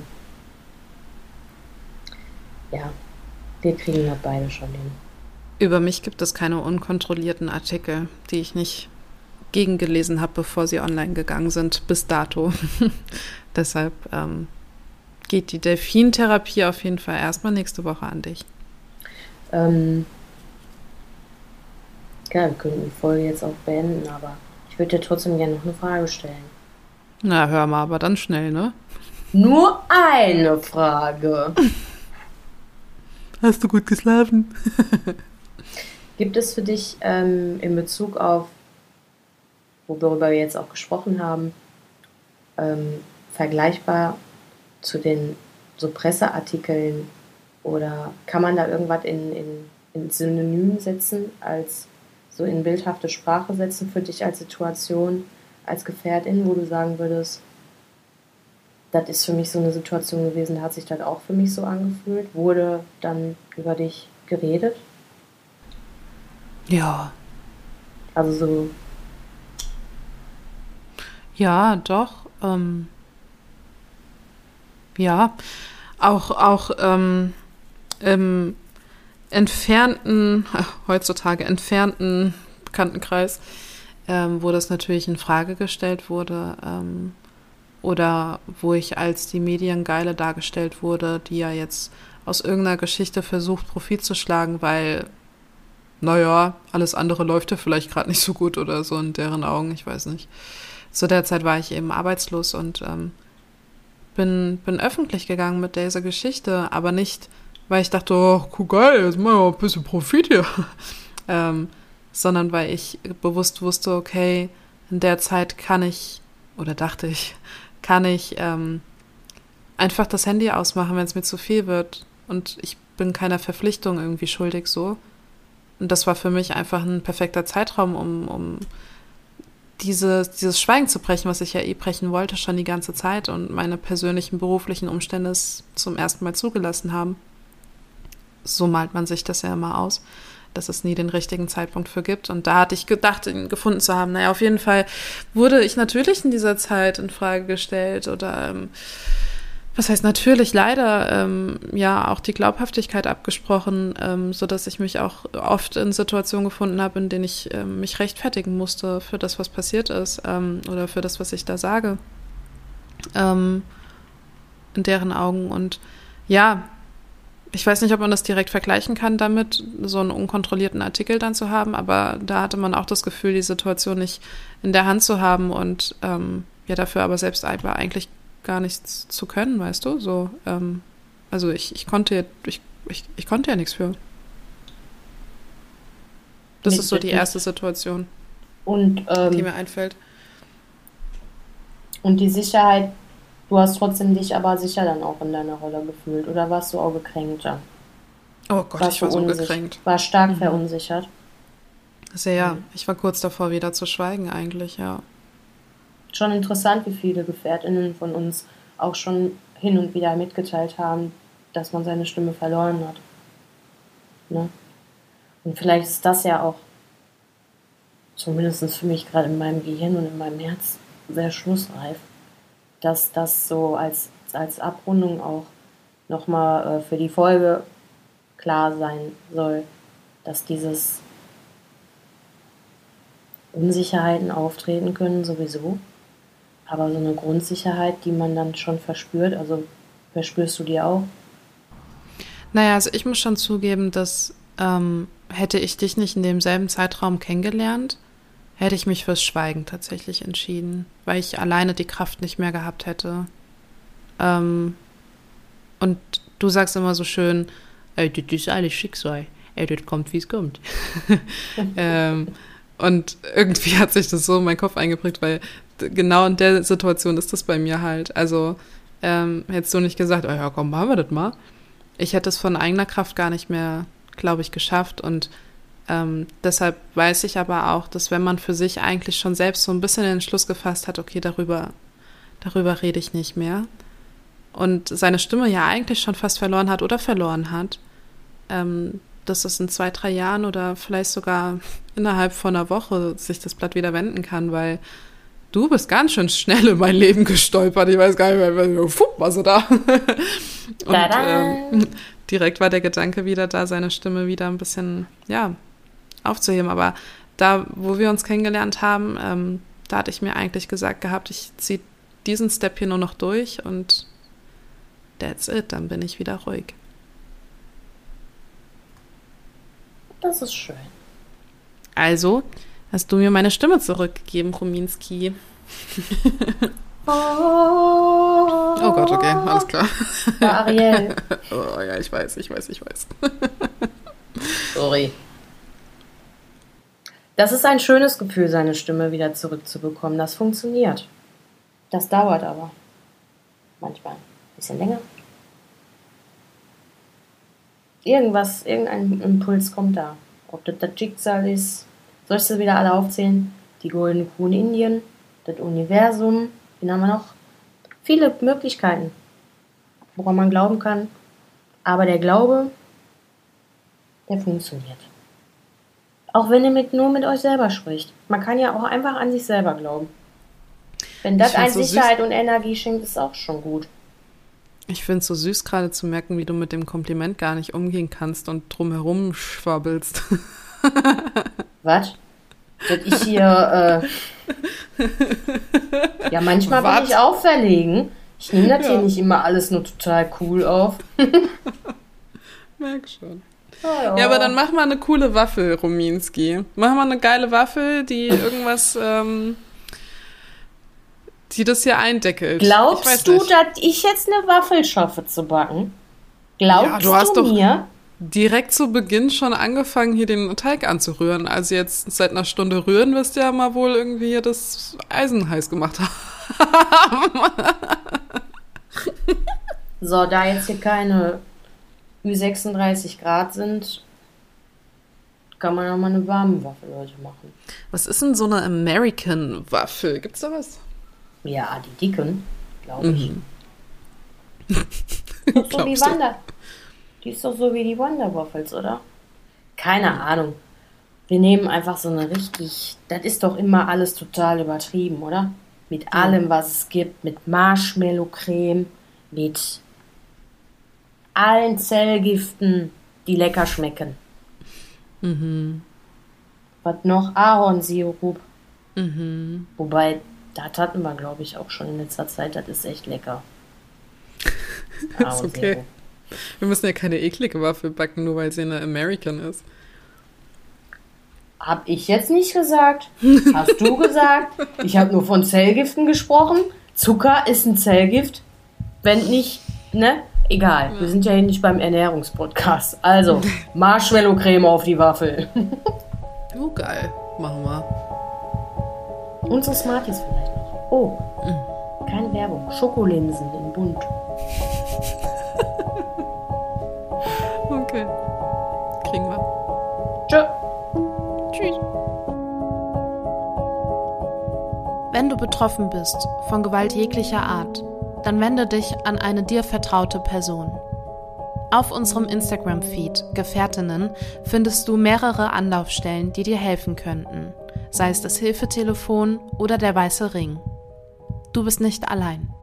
ja, wir kriegen das beide schon hin. Über mich gibt es keine unkontrollierten Artikel, die ich nicht gegengelesen habe, bevor sie online gegangen sind, bis dato. Deshalb ähm, geht die Delfintherapie auf jeden Fall erstmal nächste Woche an dich. Ähm, klar, wir könnten die Folge jetzt auch beenden, aber ich würde dir trotzdem gerne noch eine Frage stellen. Na, hör mal, aber dann schnell, ne? Nur eine Frage. Hast du gut geschlafen? Gibt es für dich ähm, in Bezug auf, worüber wir jetzt auch gesprochen haben, ähm, vergleichbar zu den so Presseartikeln oder kann man da irgendwas in, in, in Synonym setzen, als so in bildhafte Sprache setzen für dich als Situation, als Gefährtin, wo du sagen würdest, das ist für mich so eine Situation gewesen, da hat sich das auch für mich so angefühlt, wurde dann über dich geredet? Ja. Also so... Ja, doch. Ähm, ja, auch, auch ähm, im entfernten, heutzutage entfernten Bekanntenkreis, ähm, wo das natürlich in Frage gestellt wurde, ähm, oder wo ich als die Mediengeile dargestellt wurde, die ja jetzt aus irgendeiner Geschichte versucht, Profit zu schlagen, weil, naja, alles andere läuft ja vielleicht gerade nicht so gut oder so in deren Augen, ich weiß nicht. Zu der Zeit war ich eben arbeitslos und ähm, bin, bin öffentlich gegangen mit dieser Geschichte, aber nicht, weil ich dachte, oh, cool, geil, jetzt machen wir ein bisschen Profit hier, ähm, sondern weil ich bewusst wusste, okay, in der Zeit kann ich, oder dachte ich, kann ich ähm, einfach das Handy ausmachen, wenn es mir zu viel wird. Und ich bin keiner Verpflichtung irgendwie schuldig so. Und das war für mich einfach ein perfekter Zeitraum, um, um diese, dieses Schweigen zu brechen, was ich ja eh brechen wollte, schon die ganze Zeit und meine persönlichen beruflichen Umstände es zum ersten Mal zugelassen haben. So malt man sich das ja immer aus, dass es nie den richtigen Zeitpunkt für gibt. Und da hatte ich gedacht, ihn gefunden zu haben. Naja, auf jeden Fall wurde ich natürlich in dieser Zeit in Frage gestellt oder ähm, was heißt natürlich leider, ähm, ja, auch die Glaubhaftigkeit abgesprochen, ähm, sodass ich mich auch oft in Situationen gefunden habe, in denen ich ähm, mich rechtfertigen musste für das, was passiert ist, ähm, oder für das, was ich da sage, ähm, in deren Augen. Und ja, ich weiß nicht, ob man das direkt vergleichen kann damit, so einen unkontrollierten Artikel dann zu haben, aber da hatte man auch das Gefühl, die Situation nicht in der Hand zu haben und ähm, ja, dafür aber selbst eigentlich gar nichts zu können, weißt du? So, ähm, also ich, ich konnte ja, ich, ich, ich konnte ja nichts für. Das nicht ist so die erste Situation, und, ähm, die mir einfällt. Und die Sicherheit, du hast trotzdem dich aber sicher dann auch in deiner Rolle gefühlt, oder warst du auch gekränkter? Oh Gott, warst ich war so gekränkt. War stark mhm. verunsichert. Sehr, mhm. Ich war kurz davor, wieder zu schweigen eigentlich, ja. Schon interessant, wie viele GefährtInnen von uns auch schon hin und wieder mitgeteilt haben, dass man seine Stimme verloren hat. Ne? Und vielleicht ist das ja auch, zumindest für mich gerade in meinem Gehirn und in meinem Herz, sehr schlussreif, dass das so als, als Abrundung auch nochmal äh, für die Folge klar sein soll, dass dieses Unsicherheiten auftreten können sowieso, aber so eine Grundsicherheit, die man dann schon verspürt, also verspürst du die auch? Naja, also ich muss schon zugeben, dass ähm, hätte ich dich nicht in demselben Zeitraum kennengelernt, hätte ich mich fürs Schweigen tatsächlich entschieden, weil ich alleine die Kraft nicht mehr gehabt hätte. Ähm, und du sagst immer so schön, ey, das ist alles Schicksal, ey, das kommt, wie es kommt. ähm, und irgendwie hat sich das so in meinen Kopf eingeprägt, weil genau in der Situation ist das bei mir halt. Also ähm, hättest du nicht gesagt, oh ja, komm, machen wir das mal. Ich hätte es von eigener Kraft gar nicht mehr, glaube ich, geschafft. Und ähm, deshalb weiß ich aber auch, dass wenn man für sich eigentlich schon selbst so ein bisschen den Entschluss gefasst hat, okay, darüber, darüber rede ich nicht mehr, und seine Stimme ja eigentlich schon fast verloren hat oder verloren hat, ähm, dass es in zwei, drei Jahren oder vielleicht sogar innerhalb von einer Woche sich das Blatt wieder wenden kann, weil du bist ganz schön schnell in mein Leben gestolpert. Ich weiß gar nicht mehr, fupp, was so da. Und ähm, direkt war der Gedanke wieder da, seine Stimme wieder ein bisschen, ja, aufzuheben. Aber da, wo wir uns kennengelernt haben, ähm, da hatte ich mir eigentlich gesagt gehabt, ich ziehe diesen Step hier nur noch durch und that's it, dann bin ich wieder ruhig. Das ist schön. Also hast du mir meine Stimme zurückgegeben, Ruminski. Oh, oh Gott, okay, alles klar. Ja, Ariel. Oh ja, ich weiß, ich weiß, ich weiß. Sorry. Das ist ein schönes Gefühl, seine Stimme wieder zurückzubekommen. Das funktioniert. Das dauert aber. Manchmal ein bisschen länger. Irgendwas, irgendein Impuls kommt da. Ob das das Schicksal ist. Sollst du wieder alle aufzählen? Die goldene Kuh in Indien, das Universum, wen haben wir noch? Viele Möglichkeiten, woran man glauben kann. Aber der Glaube, der funktioniert. Auch wenn ihr mit, nur mit euch selber spricht. Man kann ja auch einfach an sich selber glauben. Wenn das einem so Sicherheit süß und Energie schenkt, ist auch schon gut. Ich finde es so süß, gerade zu merken, wie du mit dem Kompliment gar nicht umgehen kannst und drumherum schwabbelst. Was? Dass ich hier, äh ja, manchmal Was? bin ich auch verlegen. Ich nehme das ja. hier nicht immer alles nur total cool auf. Merk schon. Oh, ja. ja, aber dann mach mal eine coole Waffel, Ruminski. Mach mal eine geile Waffel, die irgendwas, ähm, die das hier eindeckelt. Glaubst du, nicht. dass ich jetzt eine Waffel schaffe zu backen? Glaubst ja, du, hast du doch mir? Direkt zu Beginn schon angefangen, hier den Teig anzurühren. Also jetzt seit einer Stunde rühren wirst du ja mal wohl irgendwie hier das Eisen heiß gemacht haben. So, da jetzt hier keine Ü sechsunddreißig Grad sind, kann man auch mal eine warme Waffel heute machen. Was ist denn so eine American-Waffel? Gibt's da was? Ja, die dicken, glaube ich. Mhm. Das ist so wie Wonder. Die ist doch so wie die Wonder Waffles, oder? Keine mhm. Ahnung. Wir nehmen einfach so eine richtig, das ist doch immer alles total übertrieben, oder? Mit ja. allem, was es gibt, mit Marshmallow-Creme, mit allen Zellgiften, die lecker schmecken. Mhm. Was noch? Ahornsirup. Mhm. Wobei, das hatten wir, glaube ich, auch schon in letzter Zeit. Das ist echt lecker. Ist okay. Wir müssen ja keine eklige Waffel backen, nur weil sie eine American ist. Hab ich jetzt nicht gesagt. Hast du gesagt. Ich habe nur von Zellgiften gesprochen. Zucker ist ein Zellgift. Wenn nicht, ne? Egal. Ja. Wir sind ja hier nicht beim Ernährungspodcast. Also, Marshmallow-Creme auf die Waffel. Oh, geil. Machen wir. Unsere Smarties vielleicht noch. Oh, mhm. Keine Werbung. Schokolinsen in bunt. Okay. Kriegen wir. Tschö. Tschüss. Wenn du betroffen bist von Gewalt jeglicher Art, dann wende dich an eine dir vertraute Person. Auf unserem Instagram-Feed Gefährtinnen findest du mehrere Anlaufstellen, die dir helfen könnten, sei es das Hilfetelefon oder der Weiße Ring. Du bist nicht allein.